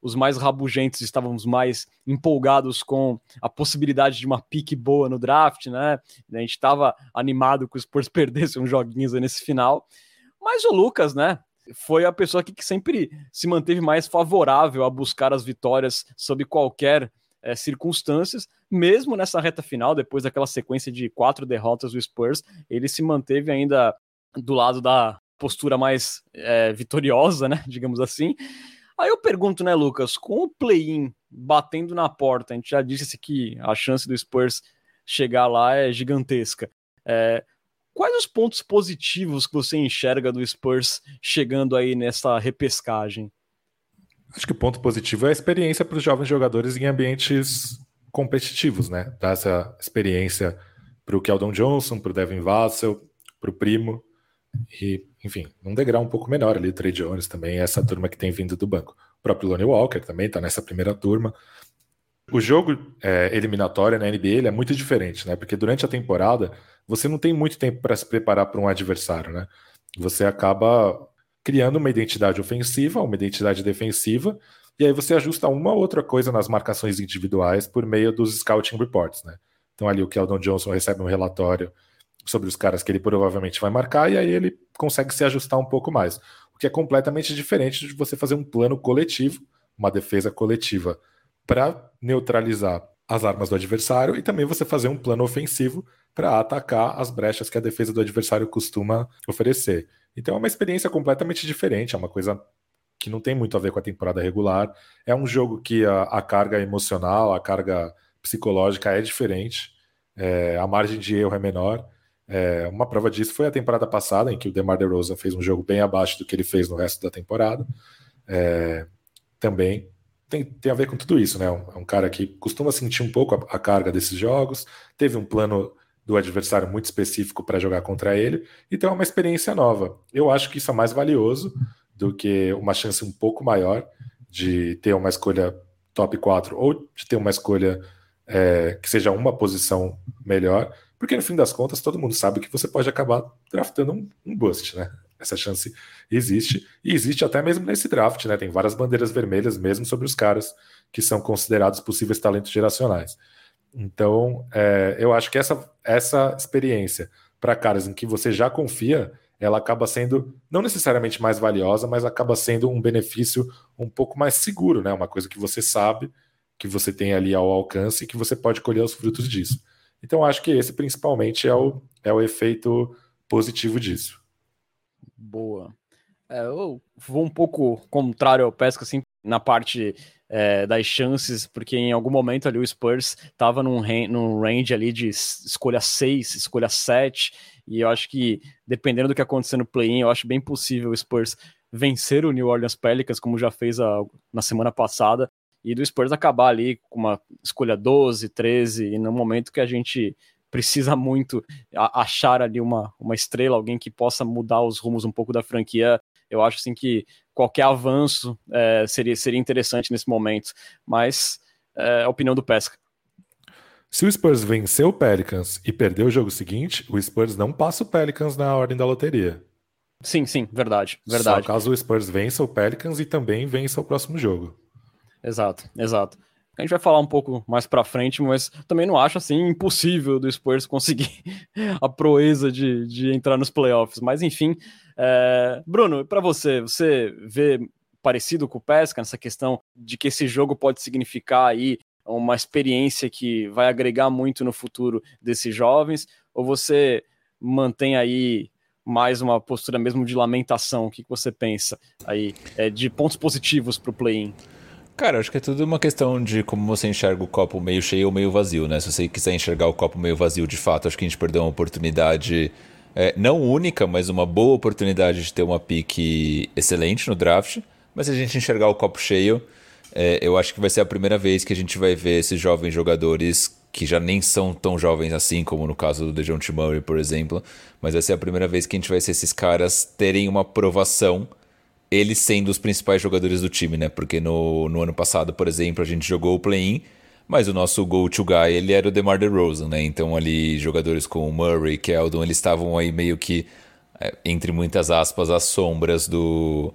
os mais rabugentes estávamos mais empolgados com a possibilidade de uma pique boa no draft, né? A gente estava animado que os Spurs perdessem uns joguinhos aí nesse final. Mas o Lucas, né, foi a pessoa que sempre se manteve mais favorável a buscar as vitórias sob qualquer é, circunstâncias, mesmo nessa reta final, depois daquela sequência de quatro derrotas do Spurs, ele se manteve ainda do lado da postura mais é, vitoriosa, né, digamos assim. Aí eu pergunto, né, Lucas, com o play-in batendo na porta, a gente já disse que a chance do Spurs chegar lá é gigantesca. É, quais os pontos positivos que você enxerga do Spurs chegando aí nessa repescagem? Acho que o ponto positivo é a experiência para os jovens jogadores em ambientes competitivos, né? Dar essa experiência para o Keldon Johnson, para o Devin Vassell, para o Primo, e, enfim, num degrau um pouco menor ali, o Trey Jones também, essa turma que tem vindo do banco. O próprio Lonnie Walker também está nessa primeira turma. O jogo é, eliminatório na N B A ele é muito diferente, né? Porque durante a temporada você não tem muito tempo para se preparar para um adversário, né? Você acaba criando uma identidade ofensiva, uma identidade defensiva, e aí você ajusta uma ou outra coisa nas marcações individuais por meio dos scouting reports, né? Então ali o Keldon Johnson recebe um relatório sobre os caras que ele provavelmente vai marcar, e aí ele consegue se ajustar um pouco mais. O que é completamente diferente de você fazer um plano coletivo, uma defesa coletiva, para neutralizar as armas do adversário, e também você fazer um plano ofensivo para atacar as brechas que a defesa do adversário costuma oferecer. Então é uma experiência completamente diferente, é uma coisa que não tem muito a ver com a temporada regular. É um jogo que a, a carga emocional, a carga psicológica é diferente, é, a margem de erro é menor. É, uma prova disso foi a temporada passada, em que o DeMar DeRozan fez um jogo bem abaixo do que ele fez no resto da temporada. É, também tem, tem a ver com tudo isso, né? É um, é um cara que costuma sentir um pouco a, a carga desses jogos, teve um plano do adversário muito específico para jogar contra ele, então é uma experiência nova. Eu acho que isso é mais valioso do que uma chance um pouco maior de ter uma escolha top quatro ou de ter uma escolha é, que seja uma posição melhor, porque no fim das contas todo mundo sabe que você pode acabar draftando um, um bust, né? Essa chance existe, e existe até mesmo nesse draft, né? Tem várias bandeiras vermelhas mesmo sobre os caras que são considerados possíveis talentos geracionais. Então, é, eu acho que essa, essa experiência para caras em que você já confia, ela acaba sendo não necessariamente mais valiosa, mas acaba sendo um benefício um pouco mais seguro, né? Uma coisa que você sabe, que você tem ali ao alcance e que você pode colher os frutos disso. Então, acho que esse principalmente é o, é o efeito positivo disso. Boa. É, eu vou um pouco contrário ao Pesca, assim, na parte é, das chances, porque em algum momento ali o Spurs estava num, num range ali de escolha seis, escolha sete, e eu acho que, dependendo do que acontecer no play-in, eu acho bem possível o Spurs vencer o New Orleans Pelicans, como já fez a, na semana passada, e do Spurs acabar ali com uma escolha doze, treze, e no momento que a gente precisa muito achar ali uma, uma estrela, alguém que possa mudar os rumos um pouco da franquia. Eu acho assim que qualquer avanço é, seria, seria interessante nesse momento, mas é a opinião do Pesca. Se o Spurs venceu o Pelicans e perdeu o jogo seguinte, o Spurs não passa o Pelicans na ordem da loteria. Sim, sim, verdade, verdade. Só caso o Spurs vença o Pelicans e também vença o próximo jogo. Exato, exato. A gente vai falar um pouco mais pra frente, mas também não acho assim impossível do Spurs conseguir a proeza de, de entrar nos playoffs. Mas enfim, é... Bruno, para você, você vê parecido com o Pesca nessa questão de que esse jogo pode significar aí uma experiência que vai agregar muito no futuro desses jovens? Ou você mantém aí mais uma postura mesmo de lamentação? O que você pensa aí é, de pontos positivos pro play-in? Cara, acho que é tudo uma questão de como você enxerga o copo meio cheio ou meio vazio, né? Se você quiser enxergar o copo meio vazio, de fato, acho que a gente perdeu uma oportunidade, é, não única, mas uma boa oportunidade de ter uma pique excelente no draft. Mas se a gente enxergar o copo cheio, é, eu acho que vai ser a primeira vez que a gente vai ver esses jovens jogadores que já nem são tão jovens assim, como no caso do DeJounte Murray, por exemplo. Mas vai ser a primeira vez que a gente vai ver esses caras terem uma aprovação, eles sendo os principais jogadores do time, né? Porque no, no ano passado, por exemplo, a gente jogou o play-in, mas o nosso go-to guy, ele era o DeMar DeRozan, né? Então ali, jogadores como Murray, Keldon, eles estavam aí meio que, entre muitas aspas, às sombras do,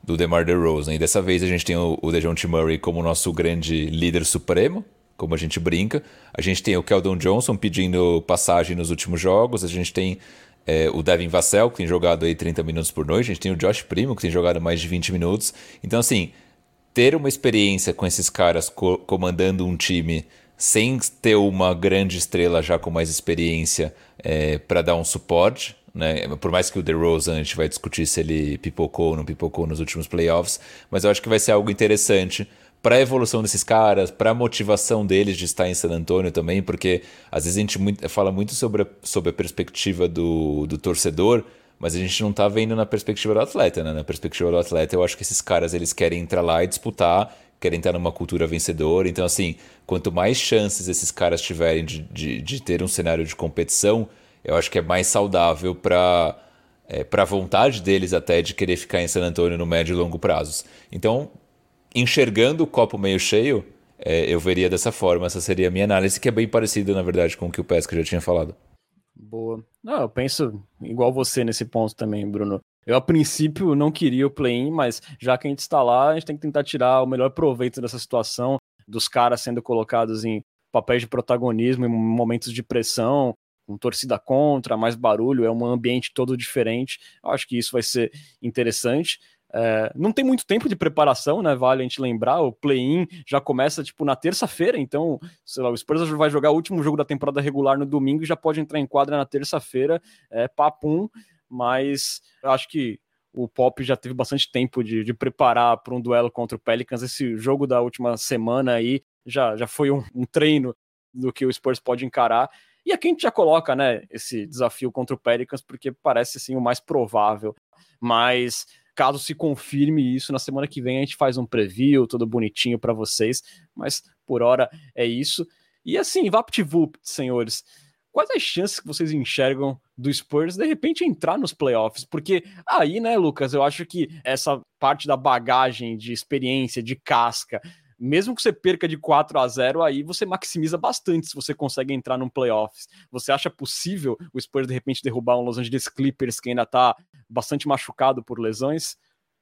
do DeMar DeRozan. E dessa vez a gente tem o, o DeJounte Murray como nosso grande líder supremo, como a gente brinca. A gente tem o Keldon Johnson pedindo passagem nos últimos jogos. A gente tem é, o Devin Vassell, que tem jogado aí trinta minutos por noite. A gente tem o Josh Primo, que tem jogado mais de vinte minutos. Então, assim, ter uma experiência com esses caras co- comandando um time sem ter uma grande estrela já com mais experiência é, para dar um suporte, né? Por mais que o DeRozan, a gente vai discutir se ele pipocou ou não pipocou nos últimos playoffs, mas eu acho que vai ser algo interessante para a evolução desses caras, para a motivação deles de estar em San Antonio também, porque às vezes a gente muito, fala muito sobre a, sobre a perspectiva do, do torcedor, mas a gente não está vendo na perspectiva do atleta, né? Na perspectiva do atleta, eu acho que esses caras eles querem entrar lá e disputar, querem estar numa cultura vencedora. Então, assim, quanto mais chances esses caras tiverem de, de, de ter um cenário de competição, eu acho que é mais saudável para é, para a vontade deles até de querer ficar em San Antonio no médio e longo prazos. Então, enxergando o copo meio cheio, é, eu veria dessa forma. Essa seria a minha análise, que é bem parecida, na verdade, com o que o Pesca já tinha falado. Boa. Não, eu penso igual você nesse ponto também, Bruno. Eu, a princípio, não queria o play-in, mas já que a gente está lá, a gente tem que tentar tirar o melhor proveito dessa situação, dos caras sendo colocados em papéis de protagonismo, em momentos de pressão, com torcida contra, mais barulho, é um ambiente todo diferente. Eu acho que isso vai ser interessante. É, não tem muito tempo de preparação, né? Vale a gente lembrar, o play-in já começa tipo na terça-feira, então sei lá, o Spurs vai jogar o último jogo da temporada regular no domingo e já pode entrar em quadra na terça-feira, é papum, mas eu acho que o Pop já teve bastante tempo de, de preparar para um duelo contra o Pelicans. Esse jogo da última semana aí já, já foi um, um treino do que o Spurs pode encarar. E aqui a gente já coloca, né, esse desafio contra o Pelicans, porque parece assim o mais provável. Mas caso se confirme isso, na semana que vem a gente faz um preview todo bonitinho para vocês. Mas por hora é isso. E assim, VaptVupt, senhores, quais as chances que vocês enxergam do Spurs de repente entrar nos playoffs? Porque aí, né, Lucas, eu acho que essa parte da bagagem, de experiência, de casca, mesmo que você perca de quatro a zero, aí você maximiza bastante se você consegue entrar num playoffs. Você acha possível o Spurs de repente derrubar um Los Angeles Clippers que ainda tá bastante machucado por lesões?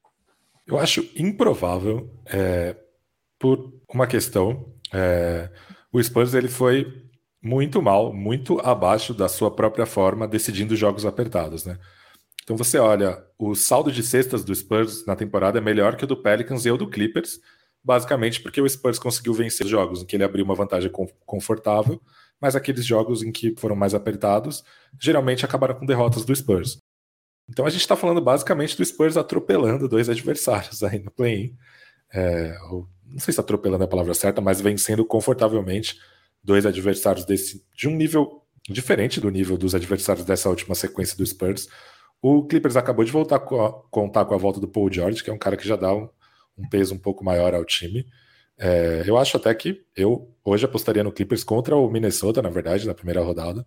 Eu acho improvável, é, por uma questão. É, o Spurs ele foi muito mal, muito abaixo da sua própria forma, decidindo jogos apertados, né? Então você olha, o saldo de cestas do Spurs na temporada é melhor que o do Pelicans e o do Clippers, basicamente porque o Spurs conseguiu vencer os jogos em que ele abriu uma vantagem confortável, mas aqueles jogos em que foram mais apertados, geralmente acabaram com derrotas do Spurs. Então a gente está falando basicamente do Spurs atropelando dois adversários aí no play-in. É, não sei se atropelando é a palavra certa, mas vencendo confortavelmente dois adversários desse, de um nível diferente do nível dos adversários dessa última sequência do Spurs. O Clippers acabou de voltar a contar com a volta do Paul George, que é um cara que já dá um, um peso um pouco maior ao time. É, eu acho até que eu hoje apostaria no Clippers contra o Minnesota, na verdade, na primeira rodada.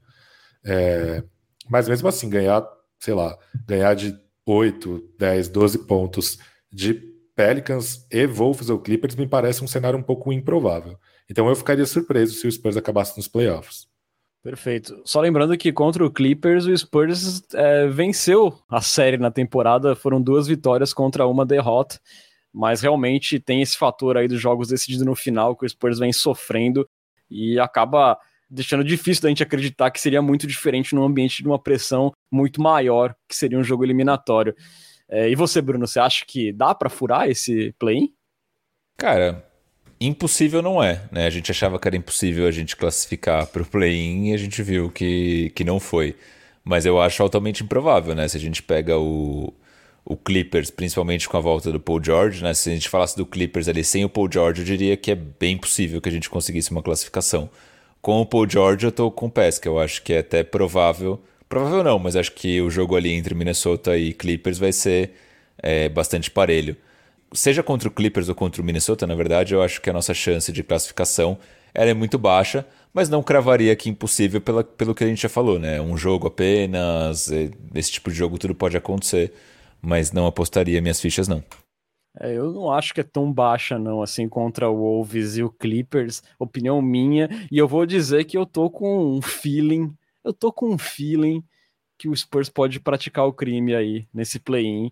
É, mas mesmo assim, ganhar, sei lá, ganhar de oito, dez, doze pontos de Pelicans e Wolves ou Clippers me parece um cenário um pouco improvável. Então eu ficaria surpreso se o Spurs acabasse nos playoffs. Perfeito. Só lembrando que contra o Clippers, o Spurs é, venceu a série na temporada, foram duas vitórias contra uma derrota, mas realmente tem esse fator aí dos jogos decididos no final, que o Spurs vem sofrendo e acaba deixando difícil da gente acreditar que seria muito diferente num ambiente de uma pressão muito maior, que seria um jogo eliminatório. É, e você, Bruno, você acha que dá para furar esse play-in? Cara, impossível não é, né? A gente achava que era impossível a gente classificar para o play-in e a gente viu que, que não foi. Mas eu acho altamente improvável, né? Se a gente pega o, o Clippers, principalmente com a volta do Paul George, né? Se a gente falasse do Clippers ali sem o Paul George, eu diria que é bem possível que a gente conseguisse uma classificação. Com o Paul George eu tô com o Pesca, eu acho que é até provável, provável não, mas acho que o jogo ali entre Minnesota e Clippers vai ser é, bastante parelho. Seja contra o Clippers ou contra o Minnesota, na verdade, eu acho que a nossa chance de classificação ela é muito baixa, mas não cravaria que impossível pela, pelo que a gente já falou, né? Um jogo apenas, esse tipo de jogo tudo pode acontecer, mas não apostaria minhas fichas, não. É, eu não acho que é tão baixa, não, assim, contra o Wolves e o Clippers, opinião minha, e eu vou dizer que eu tô com um feeling, eu tô com um feeling que o Spurs pode praticar o crime aí, nesse play-in.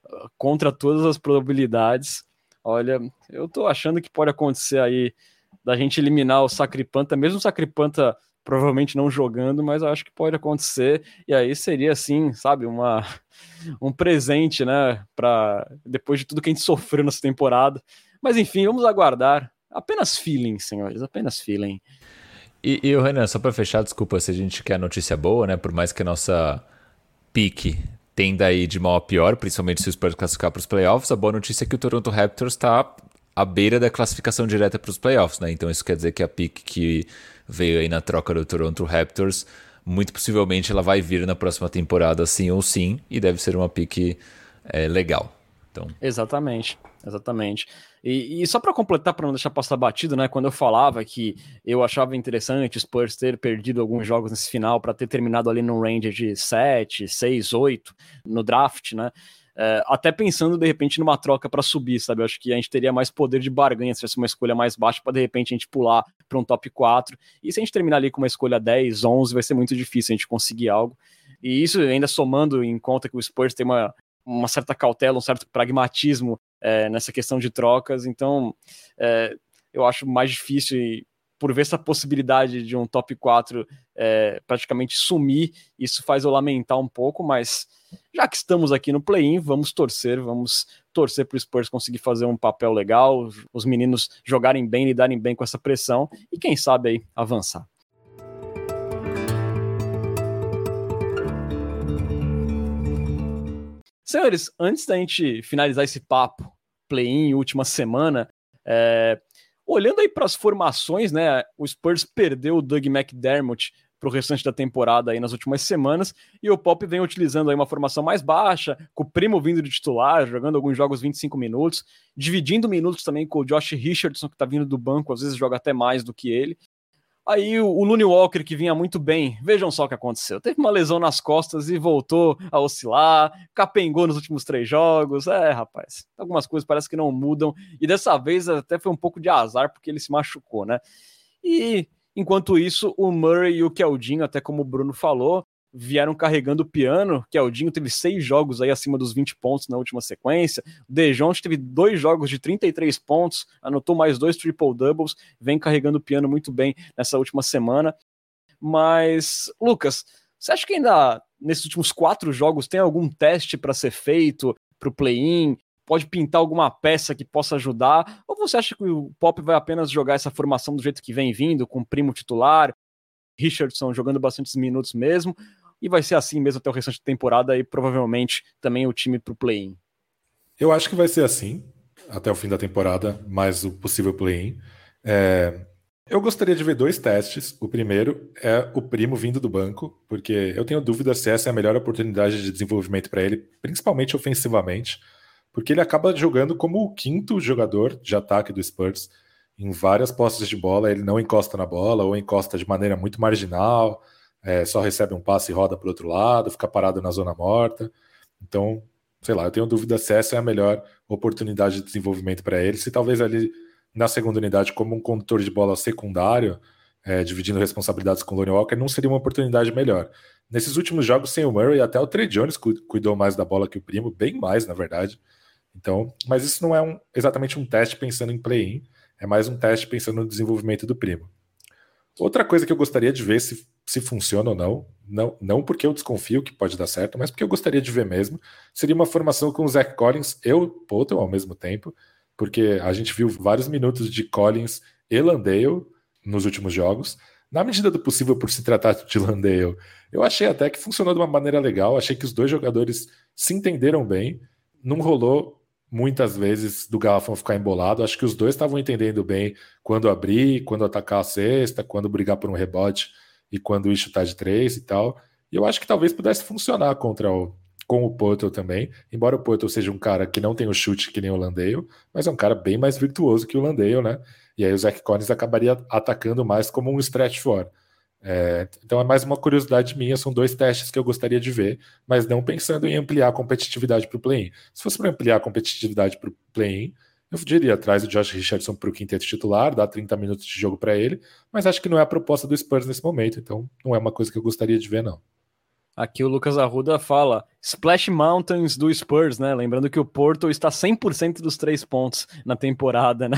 contra todas as probabilidades. Olha, eu tô achando que pode acontecer aí da gente eliminar o Sacripanta, mesmo o Sacripanta provavelmente não jogando, mas eu acho que pode acontecer, e aí seria assim, sabe, uma, um presente, né, para depois de tudo que a gente sofreu nessa temporada. Mas enfim, vamos aguardar. Apenas feeling, senhores, apenas feeling. E, e o Renan, só para fechar, desculpa se a gente quer notícia boa, né? Por mais que a nossa pique tenda aí de mal a pior, principalmente se o Spurs classificar para os playoffs, a boa notícia é que o Toronto Raptors está à beira da classificação direta para os playoffs, né? Então isso quer dizer que a pique que veio aí na troca do Toronto Raptors, muito possivelmente ela vai vir na próxima temporada sim ou sim, e deve ser uma pique é, legal. Então... Exatamente, exatamente. E, e só para completar, para não deixar passar batido, né? Quando eu falava que eu achava interessante o Spurs ter perdido alguns jogos nesse final para ter terminado ali no range de sete, seis, oito no draft, né? É, até pensando de repente numa troca para subir, sabe? Eu acho que a gente teria mais poder de barganha se fosse uma escolha mais baixa para de repente a gente pular para um top quatro. E se a gente terminar ali com uma escolha dez, onze, vai ser muito difícil a gente conseguir algo. E isso ainda somando em conta que o Spurs tem uma uma certa cautela, um certo pragmatismo é, nessa questão de trocas, então é, eu acho mais difícil, e por ver essa possibilidade de um top quatro é, praticamente sumir, isso faz eu lamentar um pouco, mas já que estamos aqui no play-in, vamos torcer, vamos torcer para o Spurs conseguir fazer um papel legal, os meninos jogarem bem, lidarem bem com essa pressão, e quem sabe aí avançar. Senhores, antes da gente finalizar esse papo, play-in, última semana, é, olhando aí para as formações, né, o Spurs perdeu o Doug McDermott para o restante da temporada aí nas últimas semanas, e o Pop vem utilizando aí uma formação mais baixa, com o Primo vindo de titular, jogando alguns jogos vinte e cinco minutos, dividindo minutos também com o Josh Richardson, que está vindo do banco, às vezes joga até mais do que ele. Aí o Looney Walker, que vinha muito bem, vejam só o que aconteceu. Teve uma lesão nas costas e voltou a oscilar, capengou nos últimos três jogos. É, rapaz, algumas coisas parece que não mudam. E dessa vez até foi um pouco de azar, porque ele se machucou, né? E enquanto isso, o Murray e o Keldinho, até como o Bruno falou, vieram carregando o piano. Keldinho teve seis jogos aí acima dos vinte pontos na última sequência. O DeJounte teve dois jogos de trinta e três pontos, anotou mais dois triple-doubles, vem carregando o piano muito bem nessa última semana. Mas, Lucas, você acha que ainda nesses últimos quatro jogos tem algum teste para ser feito para o play-in? Pode pintar alguma peça que possa ajudar? Ou você acha que o Pop vai apenas jogar essa formação do jeito que vem vindo, com o Primo titular, Richardson jogando bastantes minutos mesmo, e vai ser assim mesmo até o restante da temporada e provavelmente também o time para o play-in? Eu acho que vai ser assim até o fim da temporada, mais o possível play-in. É... Eu gostaria de ver dois testes. O primeiro é o Primo vindo do banco, porque eu tenho dúvida se essa é a melhor oportunidade de desenvolvimento para ele, principalmente ofensivamente, porque ele acaba jogando como o quinto jogador de ataque do Spurs. Em várias posses de bola, ele não encosta na bola ou encosta de maneira muito marginal, é, só recebe um passe e roda para o outro lado, fica parado na zona morta. Então, sei lá, eu tenho dúvida se essa é a melhor oportunidade de desenvolvimento para ele, se talvez ali na segunda unidade como um condutor de bola secundário, é, dividindo responsabilidades com o Lonnie Walker, não seria uma oportunidade melhor. Nesses últimos jogos sem o Murray, até o Trey Jones cuidou mais da bola que o Primo, bem mais, na verdade. Então, mas isso não é um, exatamente um teste pensando em play-in, é mais um teste pensando no desenvolvimento do Primo. Outra coisa que eu gostaria de ver se, se funciona ou não, não, não porque eu desconfio que pode dar certo, mas porque eu gostaria de ver mesmo, seria uma formação com o Zach Collins e o Poeltl ao mesmo tempo, porque a gente viu vários minutos de Collins e Landale nos últimos jogos. Na medida do possível, por se tratar de Landale, eu achei até que funcionou de uma maneira legal, achei que os dois jogadores se entenderam bem, não rolou muitas vezes do garrafão ficar embolado. Acho que os dois estavam entendendo bem quando abrir, quando atacar a cesta, quando brigar por um rebote e quando ir chutar de três e tal. E eu acho que talvez pudesse funcionar contra o, com o Poeltl também, embora o Poeltl seja um cara que não tem o chute que nem o Landale, mas é um cara bem mais virtuoso que o Landale, né? E aí o Zach Collins acabaria atacando mais como um stretch four. É, então é mais uma curiosidade minha, são dois testes que eu gostaria de ver, mas não pensando em ampliar a competitividade para o play-in. Se fosse para ampliar a competitividade para o play-in, eu diria atrás do Josh Richardson para o quinteto titular, dar trinta minutos de jogo para ele, mas acho que não é a proposta do Spurs nesse momento, então não é uma coisa que eu gostaria de ver, não. Aqui o Lucas Arruda fala Splash Mountains do Spurs, né? Lembrando que o Porto está cem por cento dos três pontos na temporada, né?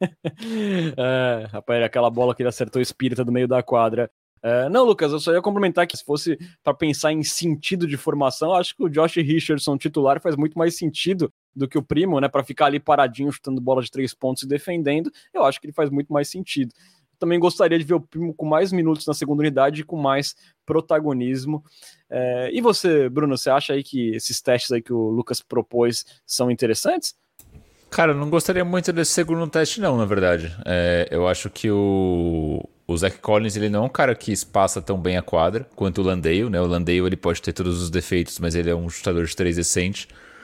é, rapaz, aquela bola que ele acertou o espírita do meio da quadra. É, não, Lucas, eu só ia complementar que se fosse para pensar em sentido de formação, acho que o Josh Richardson titular faz muito mais sentido do que o Primo, né? Para ficar ali paradinho, chutando bola de três pontos e defendendo, eu acho que ele faz muito mais sentido. Também gostaria de ver o Primo com mais minutos na segunda unidade e com mais protagonismo. É, e você, Bruno, você acha aí que esses testes aí que o Lucas propôs são interessantes? Cara, eu não gostaria muito desse segundo teste não, na verdade. É, eu acho que o, o Zach Collins, ele não é um cara que espaça tão bem a quadra quanto o Landale, né? O Landale, ele pode ter todos os defeitos, mas ele é um chutador de três decente.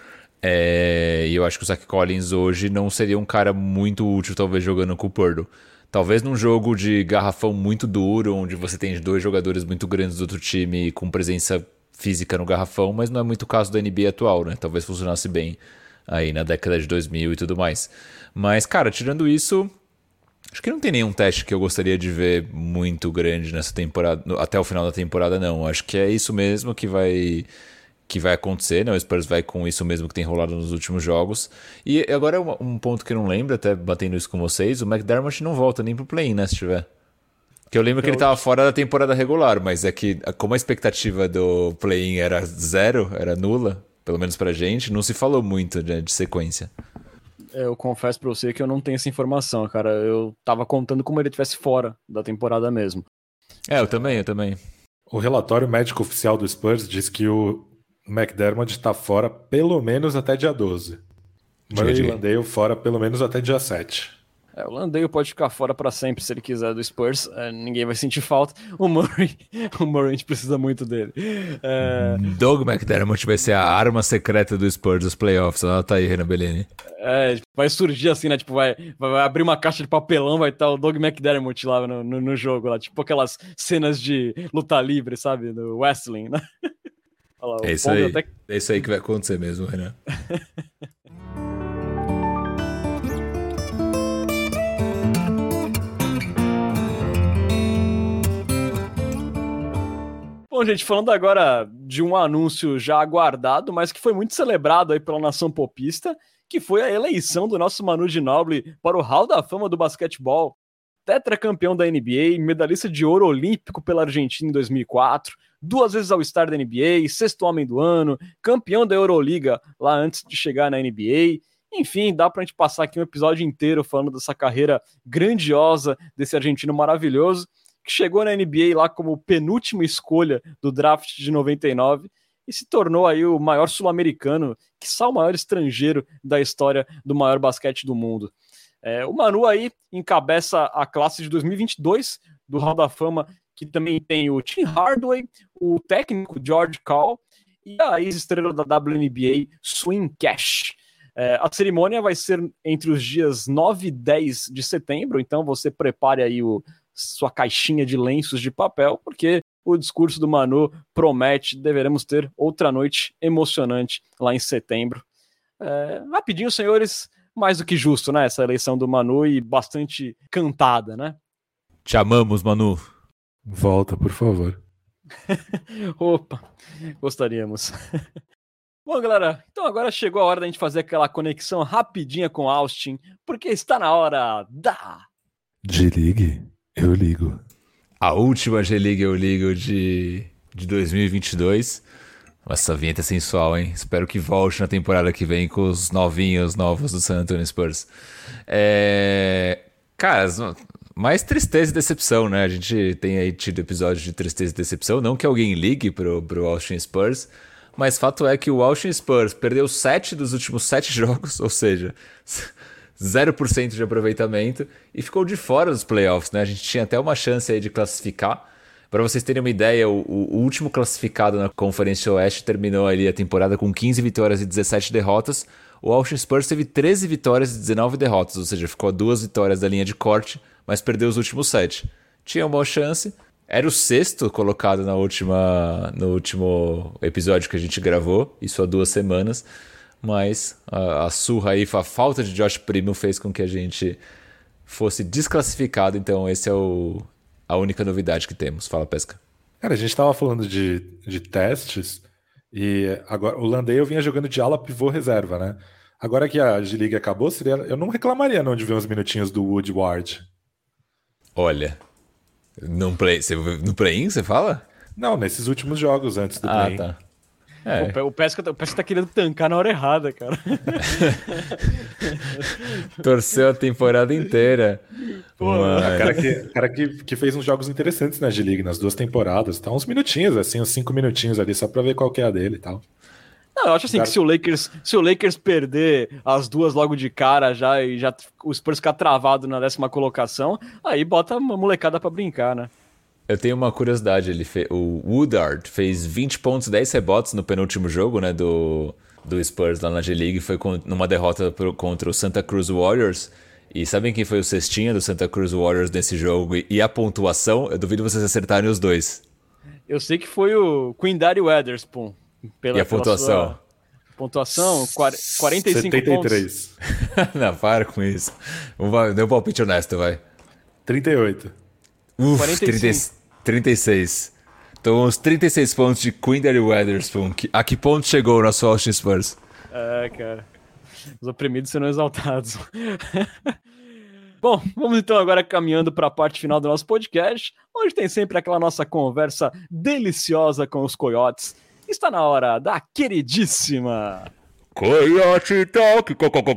É, e eu acho que o Zach Collins hoje não seria um cara muito útil, talvez, jogando com o Poeltl. Talvez num jogo de garrafão muito duro, onde você tem dois jogadores muito grandes do outro time com presença física no garrafão, mas não é muito o caso da N B A atual, né? Talvez funcionasse bem aí na década de dois mil e tudo mais. Mas, cara, tirando isso, acho que não tem nenhum teste que eu gostaria de ver muito grande nessa temporada, até o final da temporada, não. Acho que é isso mesmo que vai... que vai acontecer, né? O Spurs vai com isso mesmo que tem rolado nos últimos jogos. E agora um ponto que eu não lembro, até batendo isso com vocês, o McDermott não volta nem pro play-in, né, se tiver. Que eu lembro que ele tava fora da temporada regular, mas é que como a expectativa do play-in era zero, era nula, pelo menos pra gente, não se falou muito, né, de sequência. Eu confesso pra você que eu não tenho essa informação, cara. Eu tava contando como ele estivesse fora da temporada mesmo. É, eu também, eu também. O relatório médico oficial do Spurs diz que o McDermott está fora pelo menos até dia doze. Murray e Landale fora pelo menos até dia sete. É, o Landale pode ficar fora para sempre se ele quiser do Spurs. É, ninguém vai sentir falta. O Murray, o Murray a gente precisa muito dele. É... Doug McDermott vai ser a arma secreta do Spurs dos playoffs. Ela tá aí, Renan Bellini. É, vai surgir assim, né? Tipo, vai, vai abrir uma caixa de papelão, vai estar o Doug McDermott lá no, no, no jogo, lá. Tipo aquelas cenas de luta livre, sabe? Do wrestling, né? Lá, é, isso aí. Até... é isso aí que vai acontecer mesmo, Renan. Bom, gente, falando agora de um anúncio já aguardado, mas que foi muito celebrado aí pela nação popista, que foi a eleição do nosso Manu Ginóbili para o Hall da Fama do basquetebol. Tetracampeão da N B A, medalhista de ouro olímpico pela Argentina em dois mil e quatro, duas vezes All-Star da N B A, sexto homem do ano, campeão da Euroliga lá antes de chegar na N B A. Enfim, dá pra gente passar aqui um episódio inteiro falando dessa carreira grandiosa desse argentino maravilhoso, que chegou na N B A lá como penúltima escolha do draft de noventa e nove e se tornou aí o maior sul-americano, quiçá o maior estrangeiro da história do maior basquete do mundo. É, o Manu aí encabeça a classe de dois mil e vinte e dois do Hall da Fama, que também tem o Tim Hardaway, o técnico George Karl e a ex-estrela da W N B A, Swin Cash. É, a cerimônia vai ser entre os dias nove e dez de setembro, então você prepare aí o, sua caixinha de lenços de papel, porque o discurso do Manu promete, deveremos ter outra noite emocionante lá em setembro. É, rapidinho, senhores, mais do que justo, né? Essa eleição do Manu e bastante cantada, né? Te amamos, Manu. Volta, por favor. Opa, gostaríamos. Bom, galera, então agora chegou a hora da gente fazer aquela conexão rapidinha com Austin, porque está na hora da... G-League, eu ligo. A última G-League eu ligo de, de dois mil e vinte e dois. Essa vinheta é sensual, hein? Espero que volte na temporada que vem com os novinhos novos do San Antonio Spurs. É... Cara, mais tristeza e decepção, né? A gente tem aí tido episódios de tristeza e decepção. Não que alguém ligue pro, pro Austin Spurs, mas fato é que o Austin Spurs perdeu sete dos últimos sete jogos, ou seja, zero por cento de aproveitamento, e ficou de fora dos playoffs, né? A gente tinha até uma chance aí de classificar. Para vocês terem uma ideia, o, o último classificado na Conferência Oeste terminou ali a temporada com quinze vitórias e dezessete derrotas. O Austin Spurs teve treze vitórias e dezenove derrotas, ou seja, ficou a duas vitórias da linha de corte, mas perdeu os últimos sete. Tinha uma boa chance, era o sexto colocado na última, no último episódio que a gente gravou, isso há duas semanas, mas a, a surra aí, a falta de Josh Primo fez com que a gente fosse desclassificado, então esse é o... a única novidade que temos. Fala, Pesca. Cara, a gente estava falando de, de testes e agora o Landale vinha jogando de ala pivô reserva, né? Agora que a G-League acabou, seria, eu não reclamaria não de ver uns minutinhos do Woodward. Olha, no play, você, no play-in você fala? Não, nesses últimos jogos antes do Ah, play-in. tá. É. O Pesca, o Pesca tá querendo tancar na hora errada, cara. Torceu a temporada inteira. Pô, O cara, que, cara que, que fez uns jogos interessantes na G-League nas duas temporadas. Tá uns minutinhos, assim, uns cinco minutinhos ali, só pra ver qual que é a dele e tal. Não, eu acho assim Cara... que se o Lakers, se o Lakers perder as duas logo de cara já e já o Spurs ficar travado na décima colocação, aí bota uma molecada pra brincar, né? Eu tenho uma curiosidade, ele fe... o Woodard fez vinte pontos, dez rebotes no penúltimo jogo, né, do, do Spurs lá na G-League, foi com... numa derrota pro... contra o Santa Cruz Warriors. E sabem quem foi o cestinha do Santa Cruz Warriors nesse jogo e a pontuação? Eu duvido vocês acertarem os dois. Eu sei que foi o Quindary Weatherspoon. Pela, e a pontuação? Sua... Pontuação? quarenta e cinco setenta e três. pontos. Não, para com isso. Dê um palpite honesto, vai. trinta e oito. Uf, quarenta e cinco. trinta e seis. Então, uns trinta e seis pontos de Quindary Weatherspoon. A que ponto chegou o nosso Austin Spurs? É, cara. Os oprimidos serão exaltados. Bom, vamos então agora caminhando para a parte final do nosso podcast, onde tem sempre aquela nossa conversa deliciosa com os coiotes. Está na hora da queridíssima Coyote Talk,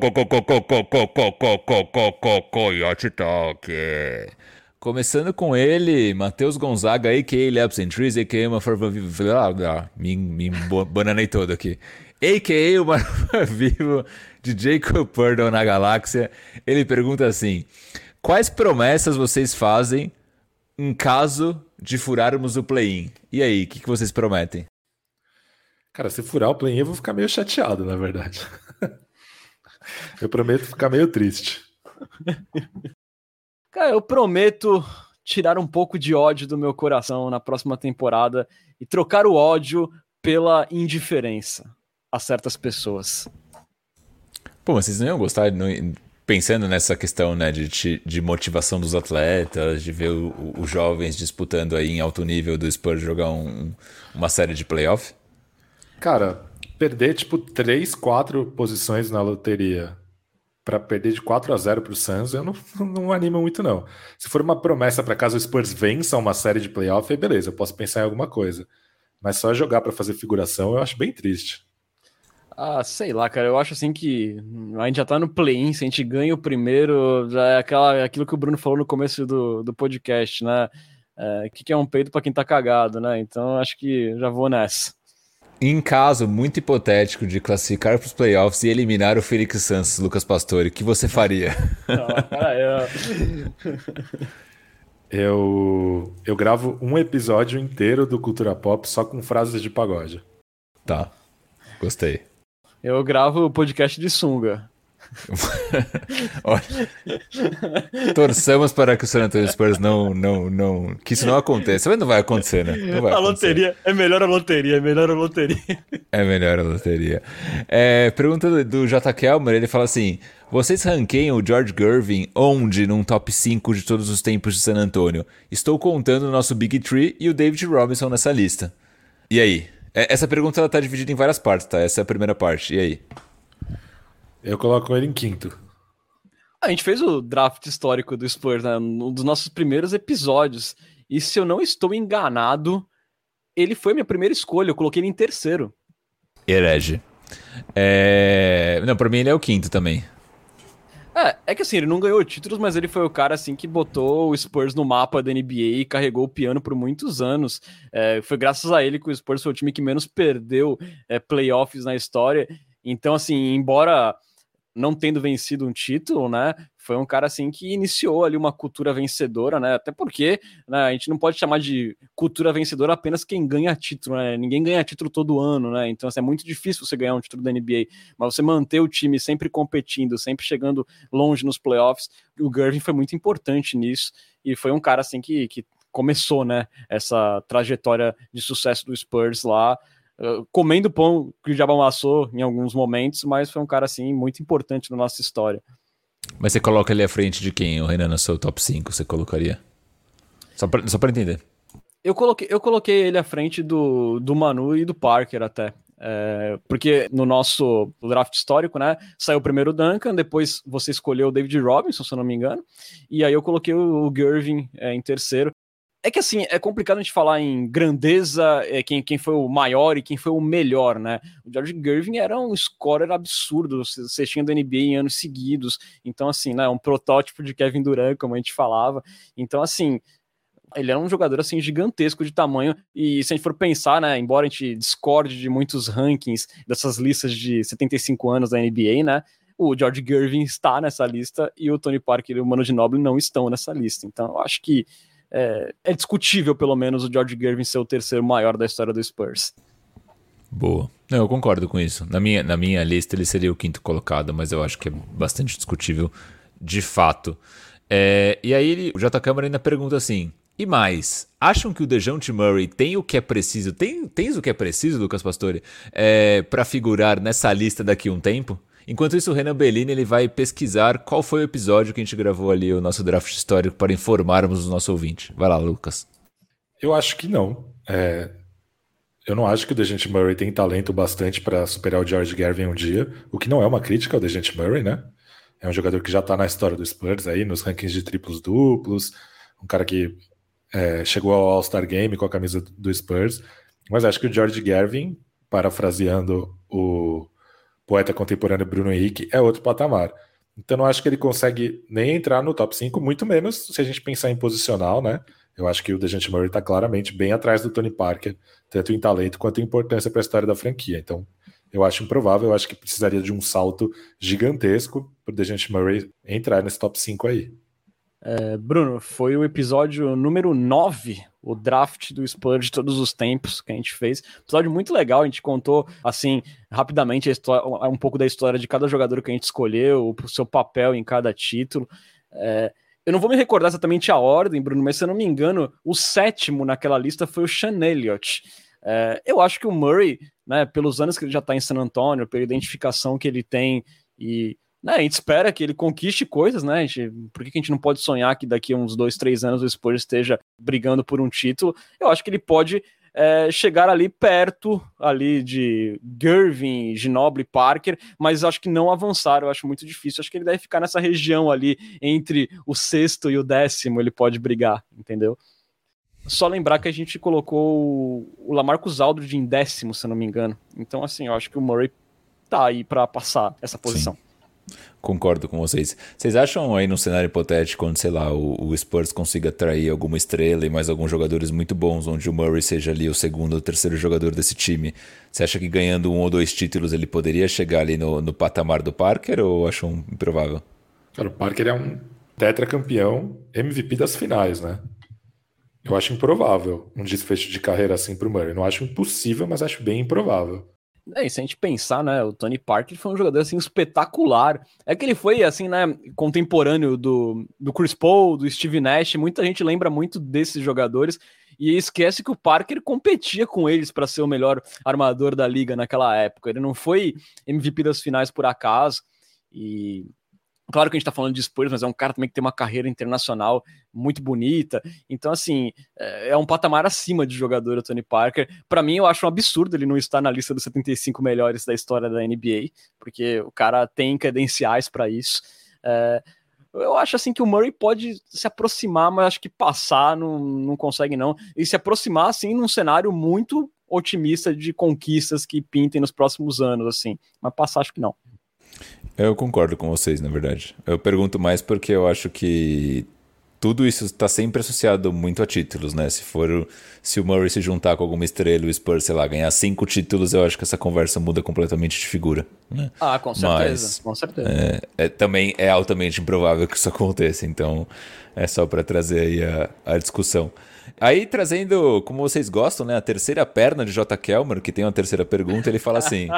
Coyote Talk. Começando com ele, Matheus Gonzaga, a k a. Labs and Trees, a k a. uma forma viva... Me, me bananei todo aqui. a k a uma forma viva de Jacob Purdle na galáxia. Ele pergunta assim, quais promessas vocês fazem em caso de furarmos o play-in? E aí, o que, que vocês prometem? Cara, se furar o play-in eu vou ficar meio chateado, na verdade. Eu prometo ficar meio triste. Cara, eu prometo tirar um pouco de ódio do meu coração na próxima temporada e trocar o ódio pela indiferença a certas pessoas. Pô, mas vocês não iam gostar, não, pensando nessa questão, né, de, de motivação dos atletas, de ver os jovens disputando aí em alto nível do Spurs jogar um, uma série de playoff? Cara, perder tipo três, quatro posições na loteria para perder de quatro a zero pro Suns, eu não, não animo muito não. Se for uma promessa para caso o Spurs vença uma série de playoff, aí beleza, eu posso pensar em alguma coisa. Mas só jogar para fazer figuração eu acho bem triste. Ah, sei lá, cara, eu acho assim que a gente já tá no play-in, se a gente ganha o primeiro, já é aquela, aquilo que o Bruno falou no começo do, do podcast, né? É, que, que é um peito pra quem tá cagado, né? Então acho que já vou nessa. Em caso muito hipotético de classificar para os playoffs e eliminar o Phoenix Suns, Lucas Pastore, o que você faria? Não, cara, eu... eu... eu gravo um episódio inteiro do Cultura Pop só com frases de pagode. Tá, gostei. Eu gravo o podcast de sunga. Olha, torçamos para que o San Antonio Spurs não, não, não, que isso não aconteça, mas não vai acontecer, né? Não vai a acontecer. loteria, é melhor a loteria, é melhor a loteria. É melhor a loteria. É, pergunta do, do J. Kelmer, ele fala assim, vocês ranqueiam o George Gervin onde num top cinco de todos os tempos de San Antonio? Estou contando o nosso Big Three e o David Robinson nessa lista. E aí? Essa pergunta ela tá dividida em várias partes, tá? Essa é a primeira parte, e aí? Eu coloco ele em quinto. A gente fez o draft histórico do Spurs, né? Um dos nossos primeiros episódios. E se eu não estou enganado, ele foi minha primeira escolha. Eu coloquei ele em terceiro. Herege. É... Não, pra mim ele é o quinto também. É, é que assim, ele não ganhou títulos, mas ele foi o cara assim que botou o Spurs no mapa da N B A e carregou o piano por muitos anos. É, foi graças a ele que o Spurs foi o time que menos perdeu é, playoffs na história. Então, assim, embora não tendo vencido um título, né, foi um cara assim que iniciou ali uma cultura vencedora, né, até porque, né, a gente não pode chamar de cultura vencedora apenas quem ganha título, né, ninguém ganha título todo ano, né, então assim, é muito difícil você ganhar um título da N B A, mas você manter o time sempre competindo, sempre chegando longe nos playoffs, o Gervin foi muito importante nisso, e foi um cara assim que, que começou, né, essa trajetória de sucesso do Spurs lá, Uh, comendo pão que o diabo amassou em alguns momentos, mas foi um cara, assim, muito importante na nossa história. Mas você coloca ele à frente de quem, o Renan, no seu top cinco, você colocaria? Só pra, só pra entender. Eu coloquei, eu coloquei ele à frente do, do Manu e do Parker até. É, porque no nosso draft histórico, né, saiu primeiro o Duncan, depois você escolheu o David Robinson, se eu não me engano, e aí eu coloquei o, o Gervin é, em terceiro. É que assim, é complicado a gente falar em grandeza, é, quem, quem foi o maior e quem foi o melhor, né? O George Gervin era um scorer absurdo, cestinha da N B A em anos seguidos, então assim, né, um protótipo de Kevin Durant, como a gente falava. Então assim, ele era um jogador assim gigantesco de tamanho, e se a gente for pensar, né, embora a gente discorde de muitos rankings dessas listas de setenta e cinco anos da N B A, né, o George Gervin está nessa lista e o Tony Parker e o Manu Ginobili não estão nessa lista. Então eu acho que é, é discutível pelo menos o George Gervin ser o terceiro maior da história do Spurs. Boa. Não, eu concordo com isso. Na minha, na minha lista ele seria o quinto colocado, mas eu acho que é bastante discutível de fato. É, e aí ele, o J. Câmara ainda pergunta assim: e mais, acham que o DeJounte Murray tem o que é preciso, tem, tens o que é preciso, Lucas Pastore, é, para figurar nessa lista daqui a um tempo? Enquanto isso, o Renan Bellini ele vai pesquisar qual foi o episódio que a gente gravou ali, o nosso draft histórico, para informarmos o nosso ouvinte. Vai lá, Lucas. Eu acho que não. É, eu não acho que o DeJounte Murray tem talento bastante para superar o George Gervin um dia, o que não é uma crítica ao DeJounte Murray, né? É um jogador que já está na história do Spurs aí, nos rankings de triplos duplos, um cara que é, chegou ao All-Star Game com a camisa do Spurs, mas acho que o George Gervin, parafraseando o poeta contemporâneo Bruno Henrique, é outro patamar. Então não acho que ele consegue nem entrar no top cinco, muito menos se a gente pensar em posicional, né? Eu acho que o DeJounte Murray está claramente bem atrás do Tony Parker, tanto em talento quanto em importância para a história da franquia. Então eu acho improvável, eu acho que precisaria de um salto gigantesco para o DeJounte Murray entrar nesse top cinco aí. É, Bruno, foi o episódio número nove, o draft do Spurs de todos os tempos que a gente fez. Episódio muito legal, a gente contou, assim, rapidamente a história, um pouco da história de cada jogador que a gente escolheu, o seu papel em cada título. É, eu não vou me recordar exatamente a ordem, Bruno, mas se eu não me engano, o sétimo naquela lista foi o Sean Elliott. É, eu acho que o Murray, né, pelos anos que ele já está em San Antonio, pela identificação que ele tem e... Né, a gente espera que ele conquiste coisas, né? A gente, por que a gente não pode sonhar que daqui a uns dois, três anos o Spurs esteja brigando por um título? Eu acho que ele pode é, chegar ali perto ali de Gervin, Ginobili, Parker, mas acho que não avançar, eu acho muito difícil. Acho que ele deve ficar nessa região ali entre o sexto e o décimo, ele pode brigar, entendeu? Só lembrar que a gente colocou o LaMarcus Aldridge em décimo, se eu não me engano. Então, assim, eu acho que o Murray tá aí para passar essa posição. Sim. Concordo com vocês. Vocês acham aí num cenário hipotético onde, sei lá, o, o Spurs consiga atrair alguma estrela e mais alguns jogadores muito bons, onde o Murray seja ali o segundo ou terceiro jogador desse time, você acha que ganhando um ou dois títulos ele poderia chegar ali no, no patamar do Parker ou acham improvável? Cara, o Parker é um tetracampeão M V P das finais, né? Eu acho improvável um desfecho de carreira assim pro Murray. Não acho impossível, mas acho bem improvável. É, e se a gente pensar, né, o Tony Parker foi um jogador, assim, espetacular. É que ele foi, assim, né, contemporâneo do, do Chris Paul, do Steve Nash, muita gente lembra muito desses jogadores e esquece que o Parker competia com eles para ser o melhor armador da liga naquela época. Ele não foi M V P das finais por acaso e... Claro que a gente tá falando de Spurs, mas é um cara também que tem uma carreira internacional muito bonita. Então, assim, é um patamar acima de jogador o Tony Parker. Para mim, eu acho um absurdo ele não estar na lista dos setenta e cinco melhores da história da N B A, porque o cara tem credenciais para isso. É, eu acho, assim, que o Murray pode se aproximar, mas acho que passar não, não consegue, não. E se aproximar, assim, num cenário muito otimista de conquistas que pintem nos próximos anos, assim. Mas passar, acho que não. Eu concordo com vocês, na verdade. Eu pergunto mais porque eu acho que tudo isso está sempre associado muito a títulos, né? Se for, se o Murray se juntar com alguma estrela e o Spurs, sei lá, ganhar cinco títulos, eu acho que essa conversa muda completamente de figura, né? Ah, com certeza, Mas, com certeza. É, é, também é altamente improvável que isso aconteça, então é só para trazer aí a, a discussão. Aí, trazendo, como vocês gostam, né, a terceira perna de J. Kelmer, que tem uma terceira pergunta, ele fala assim...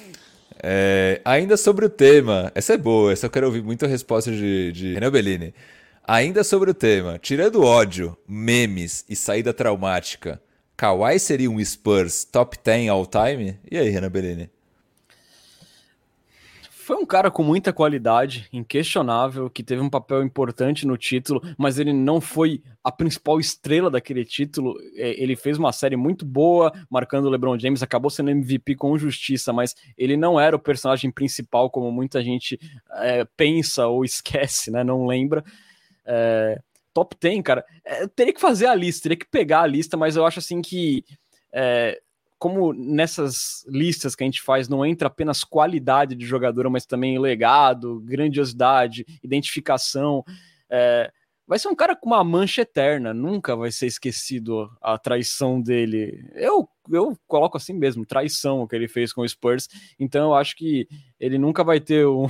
É, ainda sobre o tema, essa é boa, essa eu quero ouvir muito a resposta de, de Renan Bellini. Ainda sobre o tema, tirando ódio, memes e saída traumática, Kawhi seria um Spurs top dez all time? E aí, Renan Bellini? Foi um cara com muita qualidade, inquestionável, que teve um papel importante no título, mas ele não foi a principal estrela daquele título. Ele fez uma série muito boa, marcando o LeBron James, acabou sendo M V P com justiça, mas ele não era o personagem principal, como muita gente é, pensa ou esquece, né? Não lembra. É, top dez, cara, é, eu teria que fazer a lista, teria que pegar a lista, mas eu acho assim que... É, como nessas listas que a gente faz não entra apenas qualidade de jogador, mas também legado, grandiosidade, identificação, é, vai ser um cara com uma mancha eterna, nunca vai ser esquecido a traição dele. Eu, eu coloco assim mesmo, traição o que ele fez com o Spurs, então eu acho que ele nunca vai ter um,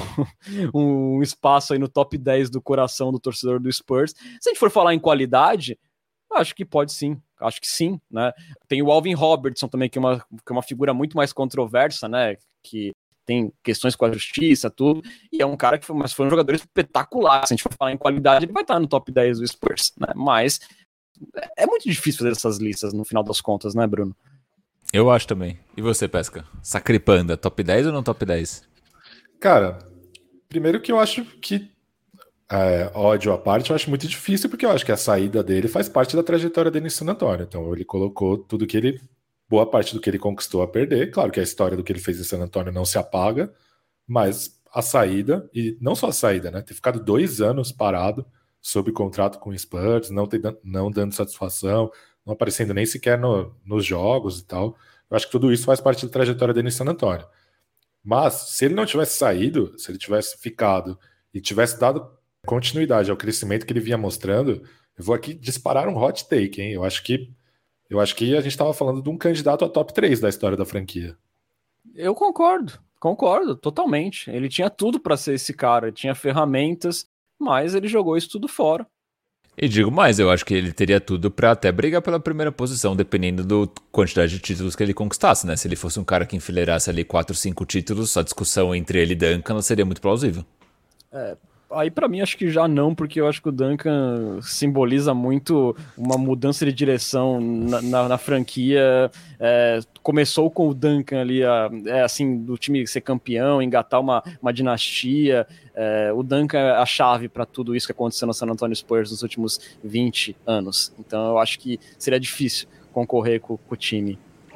um espaço aí no top dez do coração do torcedor do Spurs. Se a gente for falar em qualidade, acho que pode sim, acho que sim, né? Tem o Alvin Robertson também, que é uma, que é uma figura muito mais controversa, né? Que tem questões com a justiça, tudo, e é um cara que foi, mas foi um jogador espetacular. Se a gente for falar em qualidade, ele vai estar no top dez do Spurs, né? Mas é muito difícil fazer essas listas no final das contas, né, Bruno? Eu acho também. E você, Pesca? Sacripanda, top dez ou não top dez? Cara, primeiro que eu acho que É, ódio à parte, eu acho muito difícil, porque eu acho que a saída dele faz parte da trajetória dele em San Antonio. Então ele colocou tudo que ele, boa parte do que ele conquistou a perder. Claro que a história do que ele fez em San Antonio não se apaga, mas a saída, e não só a saída, né? Ter ficado dois anos parado, sob contrato com o Spurs, não, ter, não dando satisfação, não aparecendo nem sequer no, nos jogos e tal. Eu acho que tudo isso faz parte da trajetória dele em San Antonio. Mas, se ele não tivesse saído, se ele tivesse ficado e tivesse dado continuidade ao crescimento que ele vinha mostrando, eu vou aqui disparar um hot take, hein? Eu acho que, eu acho que a gente estava falando de um candidato a top três da história da franquia. Eu concordo, concordo, totalmente. Ele tinha tudo para ser esse cara, tinha ferramentas, mas ele jogou isso tudo fora. E digo mais, eu acho que ele teria tudo para até brigar pela primeira posição, dependendo da quantidade de títulos que ele conquistasse, né? Se ele fosse um cara que enfileirasse ali quatro, cinco títulos, a discussão entre ele e Duncan seria muito plausível. É, aí pra mim acho que já não, porque eu acho que o Duncan simboliza muito uma mudança de direção na, na, na franquia. É, começou com o Duncan ali, a, é, assim, do time ser campeão, engatar uma, uma dinastia. É, o Duncan é a chave para tudo isso que aconteceu no San Antonio Spurs nos últimos vinte anos. Então eu acho que seria difícil concorrer com, com o time.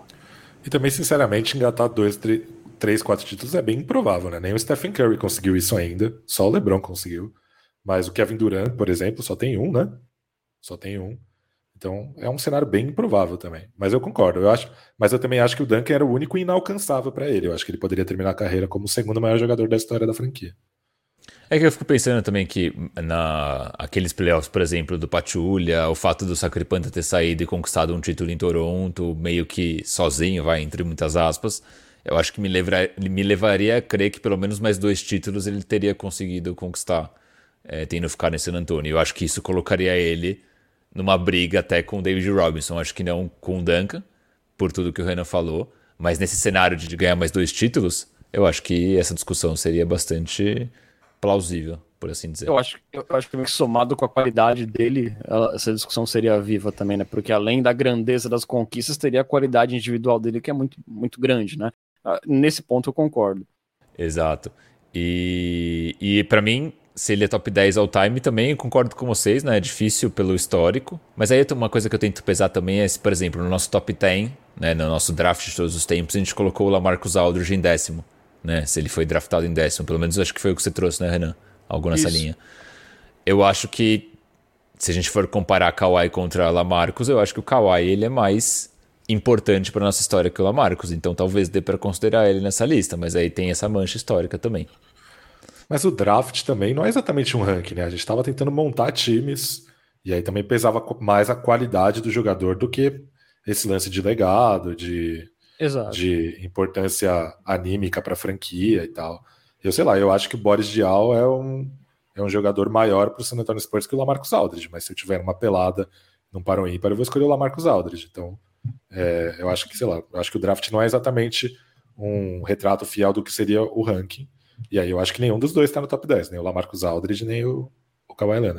E também, sinceramente, engatar dois, três, três, quatro títulos é bem improvável, né? Nem o Stephen Curry conseguiu isso ainda, só o LeBron conseguiu. Mas o Kevin Durant, por exemplo, só tem um, né? Só tem um. Então é um cenário bem improvável também. Mas eu concordo, eu acho. Mas eu também acho que o Duncan era o único inalcançável para ele. Eu acho que ele poderia terminar a carreira como o segundo maior jogador da história da franquia. É que eu fico pensando também que na aqueles playoffs, por exemplo, do Pachulia, o fato do Sacripanta ter saído e conquistado um título em Toronto, meio que sozinho, vai, entre muitas aspas, eu acho que me, levra, me levaria a crer que pelo menos mais dois títulos ele teria conseguido conquistar, é, tendo ficado em San Antonio. Eu acho que isso colocaria ele numa briga até com o David Robinson. Acho que não com o Duncan, por tudo que o Renan falou, mas nesse cenário de ganhar mais dois títulos, eu acho que essa discussão seria bastante plausível, por assim dizer. Eu acho, eu acho que somado com a qualidade dele, essa discussão seria viva também, né? Porque além da grandeza das conquistas, teria a qualidade individual dele, que é muito, muito grande, né? Nesse ponto eu concordo. Exato. E, e para mim, se ele é top dez all time, também concordo com vocês, né? É difícil pelo histórico. Mas aí uma coisa que eu tento pesar também é se, por exemplo, no nosso top dez, né, no nosso draft de todos os tempos, a gente colocou o LaMarcus Aldridge em décimo. Né, se ele foi draftado em décimo, pelo menos acho que foi o que você trouxe, né, Renan? Algo nessa Isso. linha. Eu acho que, se a gente for comparar Kawhi contra LaMarcus, eu acho que o Kawhi ele é mais importante para nossa história que o LaMarcus, então talvez dê para considerar ele nessa lista, mas aí tem essa mancha histórica também. Mas o draft também não é exatamente um ranking, né? A gente estava tentando montar times, e aí também pesava mais a qualidade do jogador do que esse lance de legado, de... Exato. de importância anímica para a franquia e tal. Eu sei lá, eu acho que o Boris Diaw é um, é um jogador maior para o San Antonio Spurs que o LaMarcus Aldridge, mas se eu tiver uma pelada num par ou ímpar, eu vou escolher o LaMarcus Aldridge. Então, é, eu acho que, sei lá, eu acho que o draft não é exatamente um retrato fiel do que seria o ranking. E aí eu acho que nenhum dos dois está no top dez, nem o LaMarcus Aldridge, nem o, o Kawhi Leonard.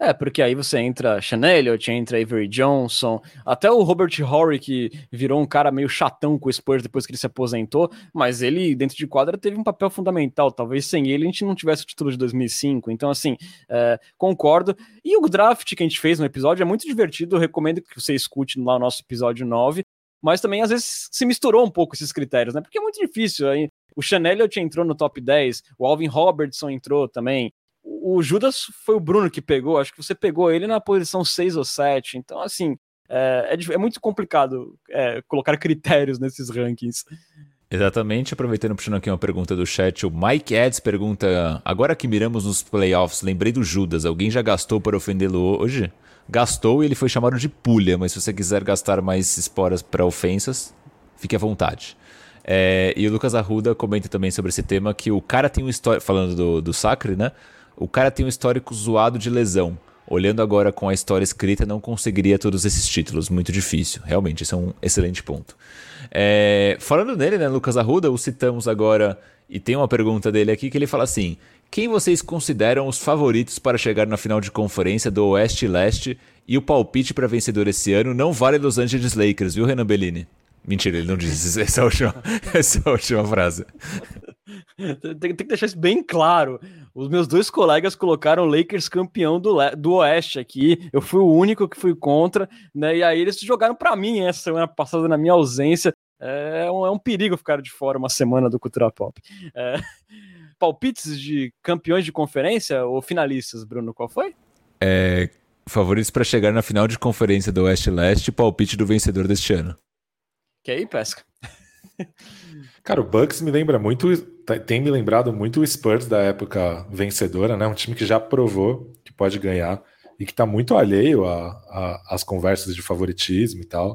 É, porque aí você entra Sean Elliott, entra Avery Johnson, até o Robert Horry, que virou um cara meio chatão com o Spurs depois que ele se aposentou, mas ele, dentro de quadra, teve um papel fundamental. Talvez sem ele a gente não tivesse o título de dois mil e cinco. Então, assim, é, concordo. E o draft que a gente fez no episódio é muito divertido. Eu recomendo que você escute lá o nosso episódio nove. Mas também, às vezes, se misturou um pouco esses critérios, né? Porque é muito difícil. Aí, o Sean Elliott entrou no top dez, o Alvin Robertson entrou também. O Judas foi o Bruno que pegou, acho que você pegou ele na posição seis ou sete, então assim, é, é, é muito complicado é, colocar critérios nesses rankings. Exatamente, aproveitando puxando aqui uma pergunta do chat, o Mike Eds pergunta, agora que miramos nos playoffs, lembrei do Judas, alguém já gastou para ofendê-lo hoje? Gastou e ele foi chamado de pulha, mas se você quiser gastar mais esporas para ofensas, fique à vontade. É, e o Lucas Arruda comenta também sobre esse tema, que o cara tem um histórico, falando do, do Sacre, né? O cara tem um histórico zoado de lesão. Olhando agora com a história escrita, não conseguiria todos esses títulos. Muito difícil. Realmente, esse é um excelente ponto. É, falando nele, né, Lucas Arruda, o citamos agora e tem uma pergunta dele aqui que ele fala assim: quem vocês consideram os favoritos para chegar na final de conferência do Oeste e Leste? E o palpite para vencedor esse ano não vale Los Angeles Lakers, viu, Renan Bellini? Mentira, ele não disse essa última, essa última frase. Tem, tem que deixar isso bem claro. Os meus dois colegas colocaram o Lakers campeão do, do Oeste aqui. Eu fui o único que fui contra, né? E aí eles jogaram para mim essa semana passada na minha ausência. É um, é um perigo ficar de fora uma semana do Cultura Pop. É, palpites de campeões de conferência ou finalistas, Bruno? Qual foi? É, favoritos para chegar na final de conferência do Oeste e Leste, palpite do vencedor deste ano. Que aí, Pesca? Cara, o Bucks me lembra muito, tem me lembrado muito o Spurs da época vencedora, né? Um time que já provou que pode ganhar e que tá muito alheio às conversas de favoritismo e tal.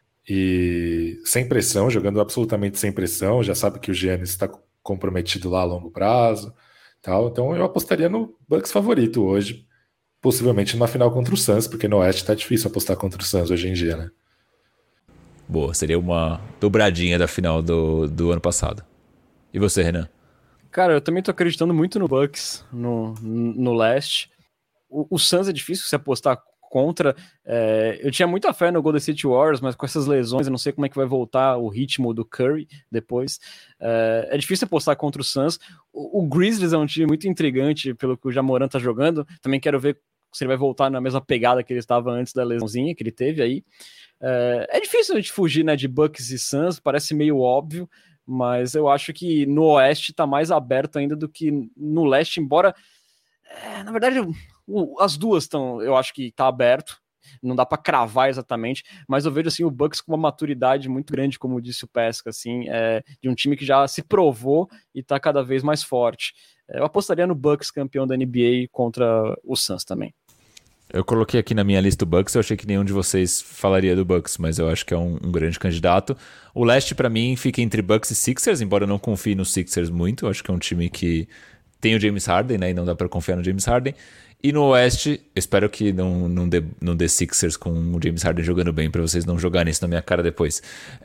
E sem pressão, jogando absolutamente sem pressão, já sabe que o Giannis está comprometido lá a longo prazo, tal. Então eu apostaria no Bucks favorito hoje, possivelmente numa final contra o Suns, porque no Oeste tá difícil apostar contra o Suns hoje em dia, né? Boa, seria uma dobradinha da final do, do ano passado. E você, Renan? Cara, eu também tô acreditando muito no Bucks, no, no leste. O, o Suns é difícil se apostar contra. É, eu tinha muita fé no Golden State Warriors, mas com essas lesões eu não sei como é que vai voltar o ritmo do Curry depois. É, é difícil apostar contra o Suns. O, o Grizzlies é um time muito intrigante pelo que o Jamoran tá jogando. Também quero ver se ele vai voltar na mesma pegada que ele estava antes da lesãozinha que ele teve aí. É, é difícil a gente fugir, né, de Bucks e Suns, parece meio óbvio, mas eu acho que no Oeste tá mais aberto ainda do que no Leste, embora, é, na verdade, o, as duas estão, eu acho que tá aberto, não dá para cravar exatamente, mas eu vejo assim o Bucks com uma maturidade muito grande, como disse o Pesca, assim, é, de um time que já se provou e tá cada vez mais forte. É, eu apostaria no Bucks campeão da N B A contra o Suns também. Eu coloquei aqui na minha lista o Bucks, eu achei que nenhum de vocês falaria do Bucks, mas eu acho que é um, um grande candidato. O Leste, pra mim, fica entre Bucks e Sixers, embora eu não confie nos Sixers muito, eu acho que é um time que tem o James Harden, né, e não dá pra confiar no James Harden. E no Oeste, eu espero que não, não, dê, não dê Sixers com o James Harden jogando bem, pra vocês não jogarem isso na minha cara depois.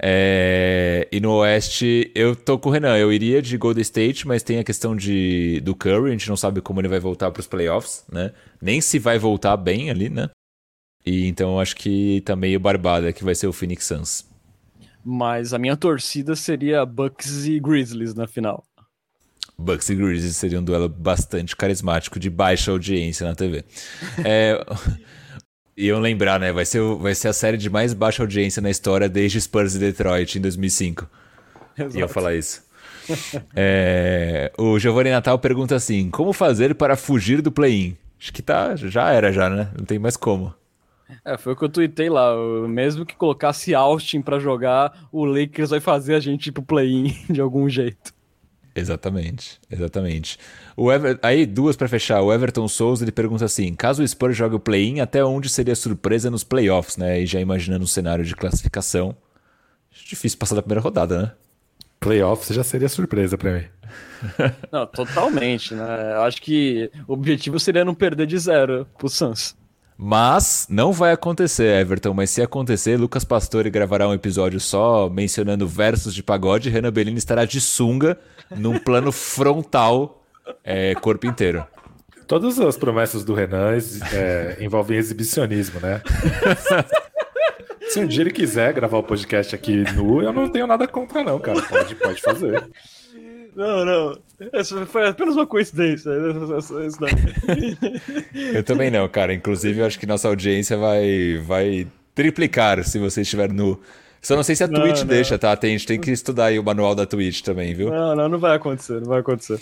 É, e no Oeste, eu tô com o Renan, eu iria de Golden State, mas tem a questão de, do Curry, a gente não sabe como ele vai voltar pros playoffs, né? Nem se vai voltar bem ali, né? E então eu acho que tá meio barbada que vai ser o Phoenix Suns. Mas a minha torcida seria Bucks e Grizzlies na final. Bucks e Grizzlies seria um duelo bastante carismático de baixa audiência na T V. É, e eu lembrar, né? Vai ser, vai ser a série de mais baixa audiência na história desde Spurs e Detroit em dois mil e cinco. Exato. E eu falar isso. É, o Giovanni Natal pergunta assim: como fazer para fugir do play-in? Acho que tá, já era, já, né? Não tem mais como. É, foi o que eu tuitei lá. Mesmo que colocasse Austin pra jogar, o Lakers vai fazer a gente ir pro play-in de algum jeito. Exatamente, exatamente. O Ever... Aí, duas para fechar. O Everton Souza, ele pergunta assim: caso o Spurs jogue o play-in, até onde seria surpresa nos playoffs, né? E já imaginando um cenário de classificação. Difícil passar da primeira rodada, né? Playoffs já seria surpresa para mim. Não, totalmente, né? Eu acho que o objetivo seria não perder de zero pro Suns. Mas não vai acontecer, Everton. Mas se acontecer, Lucas Pastore gravará um episódio só mencionando versos de pagode e Renan Bellini estará de sunga num plano frontal, é, corpo inteiro. Todas as promessas do Renan é, envolvem exibicionismo, né? Se um dia ele quiser gravar o podcast aqui nu, eu não tenho nada contra não, cara. Pode, pode fazer. Não, não. Essa foi apenas uma coincidência. Isso não. Eu também não, cara. Inclusive, eu acho que nossa audiência vai, vai triplicar se você estiver nu. Só não sei se a Não, Twitch não. deixa, tá? Tem, a gente tem que estudar aí o manual da Twitch também, viu? Não, não, não vai acontecer, não vai acontecer.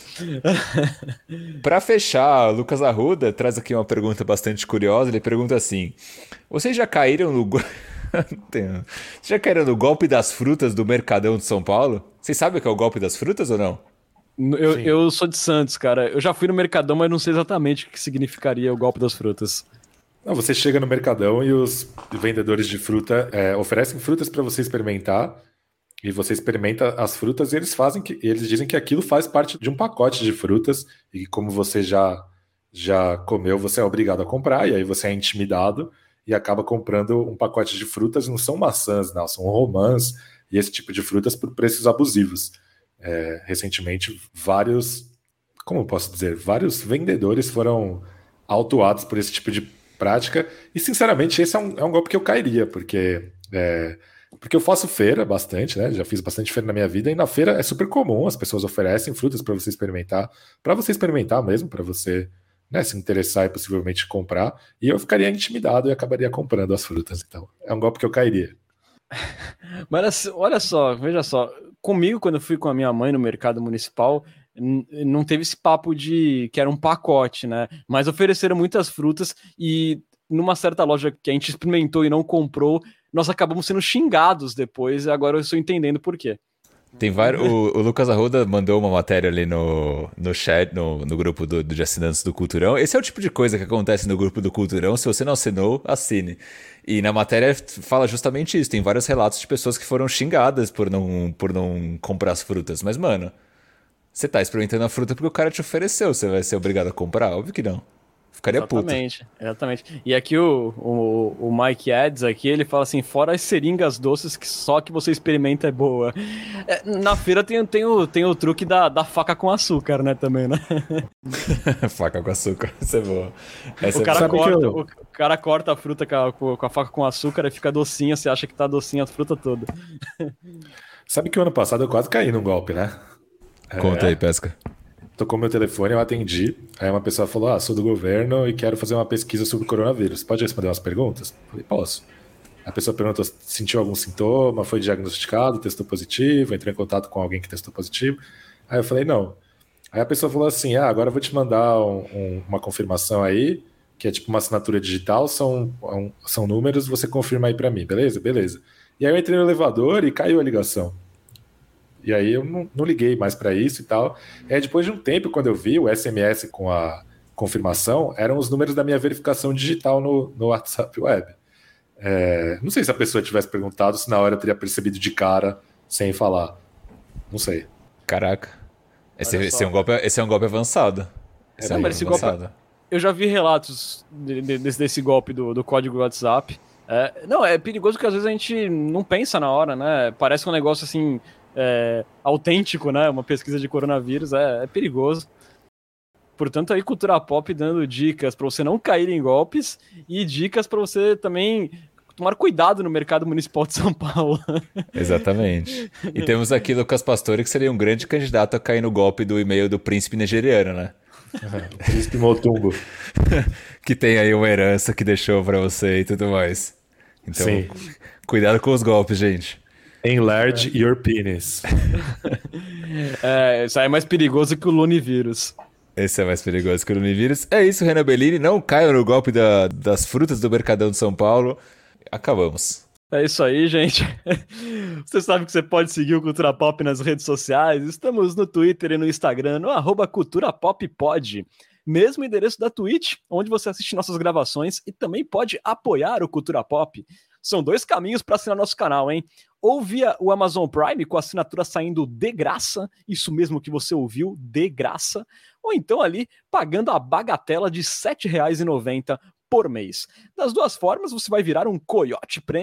Pra fechar, o Lucas Arruda traz aqui uma pergunta bastante curiosa. Ele pergunta assim: vocês já caíram no... go- Tem- Vocês já caíram no golpe das frutas do Mercadão de São Paulo? Vocês sabem o que é o golpe das frutas ou não? Eu, Sim. eu sou de Santos, cara. Eu já fui no Mercadão, mas não sei exatamente o que significaria o golpe das frutas. Não, você chega no Mercadão e os vendedores de fruta é, oferecem frutas para você experimentar e você experimenta as frutas e eles fazem que eles dizem que aquilo faz parte de um pacote de frutas e que como você já já comeu, você é obrigado a comprar e aí você é intimidado e acaba comprando um pacote de frutas. Não são maçãs, não, são romãs e esse tipo de frutas por preços abusivos. É, recentemente, vários, como eu posso dizer, vários vendedores foram autuados por esse tipo de prática, e sinceramente esse é um, é um golpe que eu cairia, porque é, porque eu faço feira bastante, né? Já fiz bastante feira na minha vida, e na feira é super comum, as pessoas oferecem frutas para você experimentar, para você experimentar mesmo, para você, né, se interessar e possivelmente comprar, e eu ficaria intimidado e acabaria comprando as frutas. Então, é um golpe que eu cairia. Mas assim, olha só, veja só. Comigo, quando eu fui com a minha mãe no mercado municipal, n- não teve esse papo de que era um pacote, né? Mas ofereceram muitas frutas e numa certa loja que a gente experimentou e não comprou, nós acabamos sendo xingados depois, e agora eu estou entendendo por quê. Tem vários. O, o Lucas Arruda mandou uma matéria ali no, no chat, no, no grupo do, de assinantes do Culturão. Esse é o tipo de coisa que acontece no grupo do Culturão. Se você não assinou, assine. E na matéria fala justamente isso. Tem vários relatos de pessoas que foram xingadas por não, por não comprar as frutas. Mas, mano, você tá experimentando a fruta porque o cara te ofereceu. Você vai ser obrigado a comprar? Óbvio que não. Ficaria puto. Exatamente, exatamente. E aqui o, o, o Mike Ads aqui, ele fala assim, fora as seringas doces que só que você experimenta é boa. É, na feira tem, tem, o, tem o truque da, da faca com açúcar, né, também, né? Faca com açúcar. Isso é boa. Essa O é cara, sabe que corta, eu- o cara corta a fruta com a, com a faca com açúcar e fica docinha, você acha que tá docinha a fruta toda. Sabe que o ano passado eu quase caí num golpe, né? Conta aí, Pesca. Tocou meu telefone, eu atendi. Aí uma pessoa falou: ah, sou do governo e quero fazer uma pesquisa sobre o coronavírus. Pode responder umas perguntas? Eu falei, posso. A pessoa perguntou se sentiu algum sintoma, foi diagnosticado, testou positivo, entrou em contato com alguém que testou positivo. Aí eu falei, não. Aí a pessoa falou assim: ah, agora eu vou te mandar um- um- uma confirmação aí, que é tipo uma assinatura digital, são, um- são números, você confirma aí pra mim, beleza? Beleza. E aí eu entrei no elevador e caiu a ligação. E aí eu não, não liguei mais para isso e tal. E aí depois de um tempo, quando eu vi o S M S com a confirmação, eram os números da minha verificação digital no, no WhatsApp Web. É, não sei se a pessoa tivesse perguntado, se na hora eu teria percebido de cara, sem falar. Não sei. Caraca. Esse, Olha esse só. é um golpe, esse é um golpe avançado. Esse é um Não, golpe mas esse golpe- avançado. Eu já vi relatos de- de- desse, desse golpe do, do código WhatsApp. É, não, é perigoso porque às vezes a gente não pensa na hora, né? Parece um negócio assim, é, autêntico, né? Uma pesquisa de coronavírus, é, é perigoso. Portanto, aí Cultura Pop dando dicas para você não cair em golpes e dicas para você também tomar cuidado no mercado municipal de São Paulo. Exatamente. E temos aqui Lucas Pastore, que seria um grande candidato a cair no golpe do e-mail do príncipe nigeriano, né? O príncipe Motumbo. Que tem aí uma herança que deixou pra você e tudo mais. Então, Sim. cuidado com os golpes, gente. Enlarge your penis. É, isso aí é mais perigoso que o Lunivírus. Esse é mais perigoso que o univírus. É isso, Renan Bellini. Não caiam no golpe da- das frutas do Mercadão de São Paulo. Acabamos. É isso aí, gente. Você sabe que você pode seguir o Cultura Pop nas redes sociais. Estamos no Twitter e no Instagram, no arroba Cultura Pop Pod. Mesmo endereço da Twitch, onde você assiste nossas gravações e também pode apoiar o Cultura Pop. São dois caminhos para assinar nosso canal, hein? Ou via o Amazon Prime, com a assinatura saindo de graça, isso mesmo que você ouviu, de graça, ou então ali pagando a bagatela de sete reais e noventa centavos por mês. Das duas formas, você vai virar um Coyote Premium,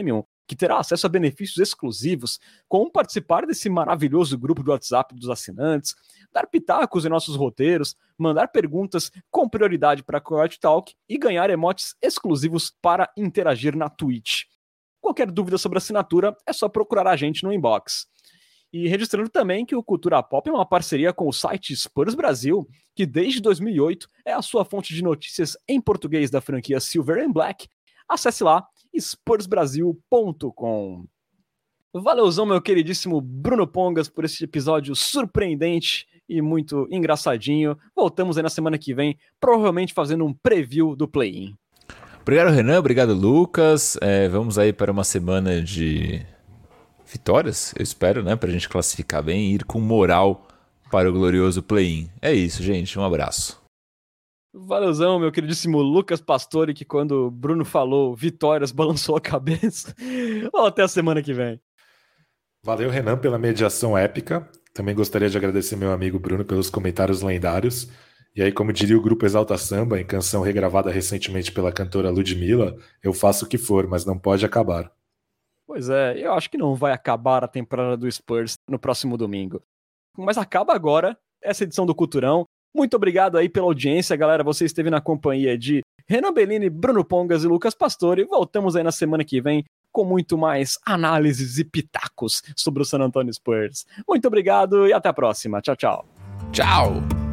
que terá acesso a benefícios exclusivos, como participar desse maravilhoso grupo do WhatsApp dos assinantes, dar pitacos em nossos roteiros, mandar perguntas com prioridade para a Coyote Talk e ganhar emotes exclusivos para interagir na Twitch. Qualquer dúvida sobre a assinatura é só procurar a gente no inbox. E registrando também que o Cultura Pop é uma parceria com o site Spurs Brasil, que desde dois mil e oito é a sua fonte de notícias em português da franquia Silver and Black. Acesse lá, spurs brasil ponto com. Valeuzão, meu queridíssimo Bruno Pongas, por esse episódio surpreendente e muito engraçadinho. Voltamos aí na semana que vem, provavelmente fazendo um preview do play-in. Obrigado, Renan. Obrigado, Lucas. É, vamos aí para uma semana de vitórias, eu espero, né? Para a gente classificar bem e ir com moral para o glorioso play-in. É isso, gente. Um abraço. Valeuzão, meu queridíssimo Lucas Pastore, que quando o Bruno falou vitórias, balançou a cabeça. Até a semana que vem. Valeu, Renan, pela mediação épica. Também gostaria de agradecer meu amigo Bruno pelos comentários lendários. E aí, como diria o grupo Exalta Samba, em canção regravada recentemente pela cantora Ludmilla, eu faço o que for, mas não pode acabar. Pois é, eu acho que não vai acabar a temporada do Spurs no próximo domingo. Mas acaba agora essa edição do Culturão. Muito obrigado aí pela audiência, galera. Você esteve na companhia de Renan Bellini, Bruno Pongas e Lucas Pastore. Voltamos aí na semana que vem com muito mais análises e pitacos sobre o San Antonio Spurs. Muito obrigado e até a próxima. Tchau, tchau. Tchau!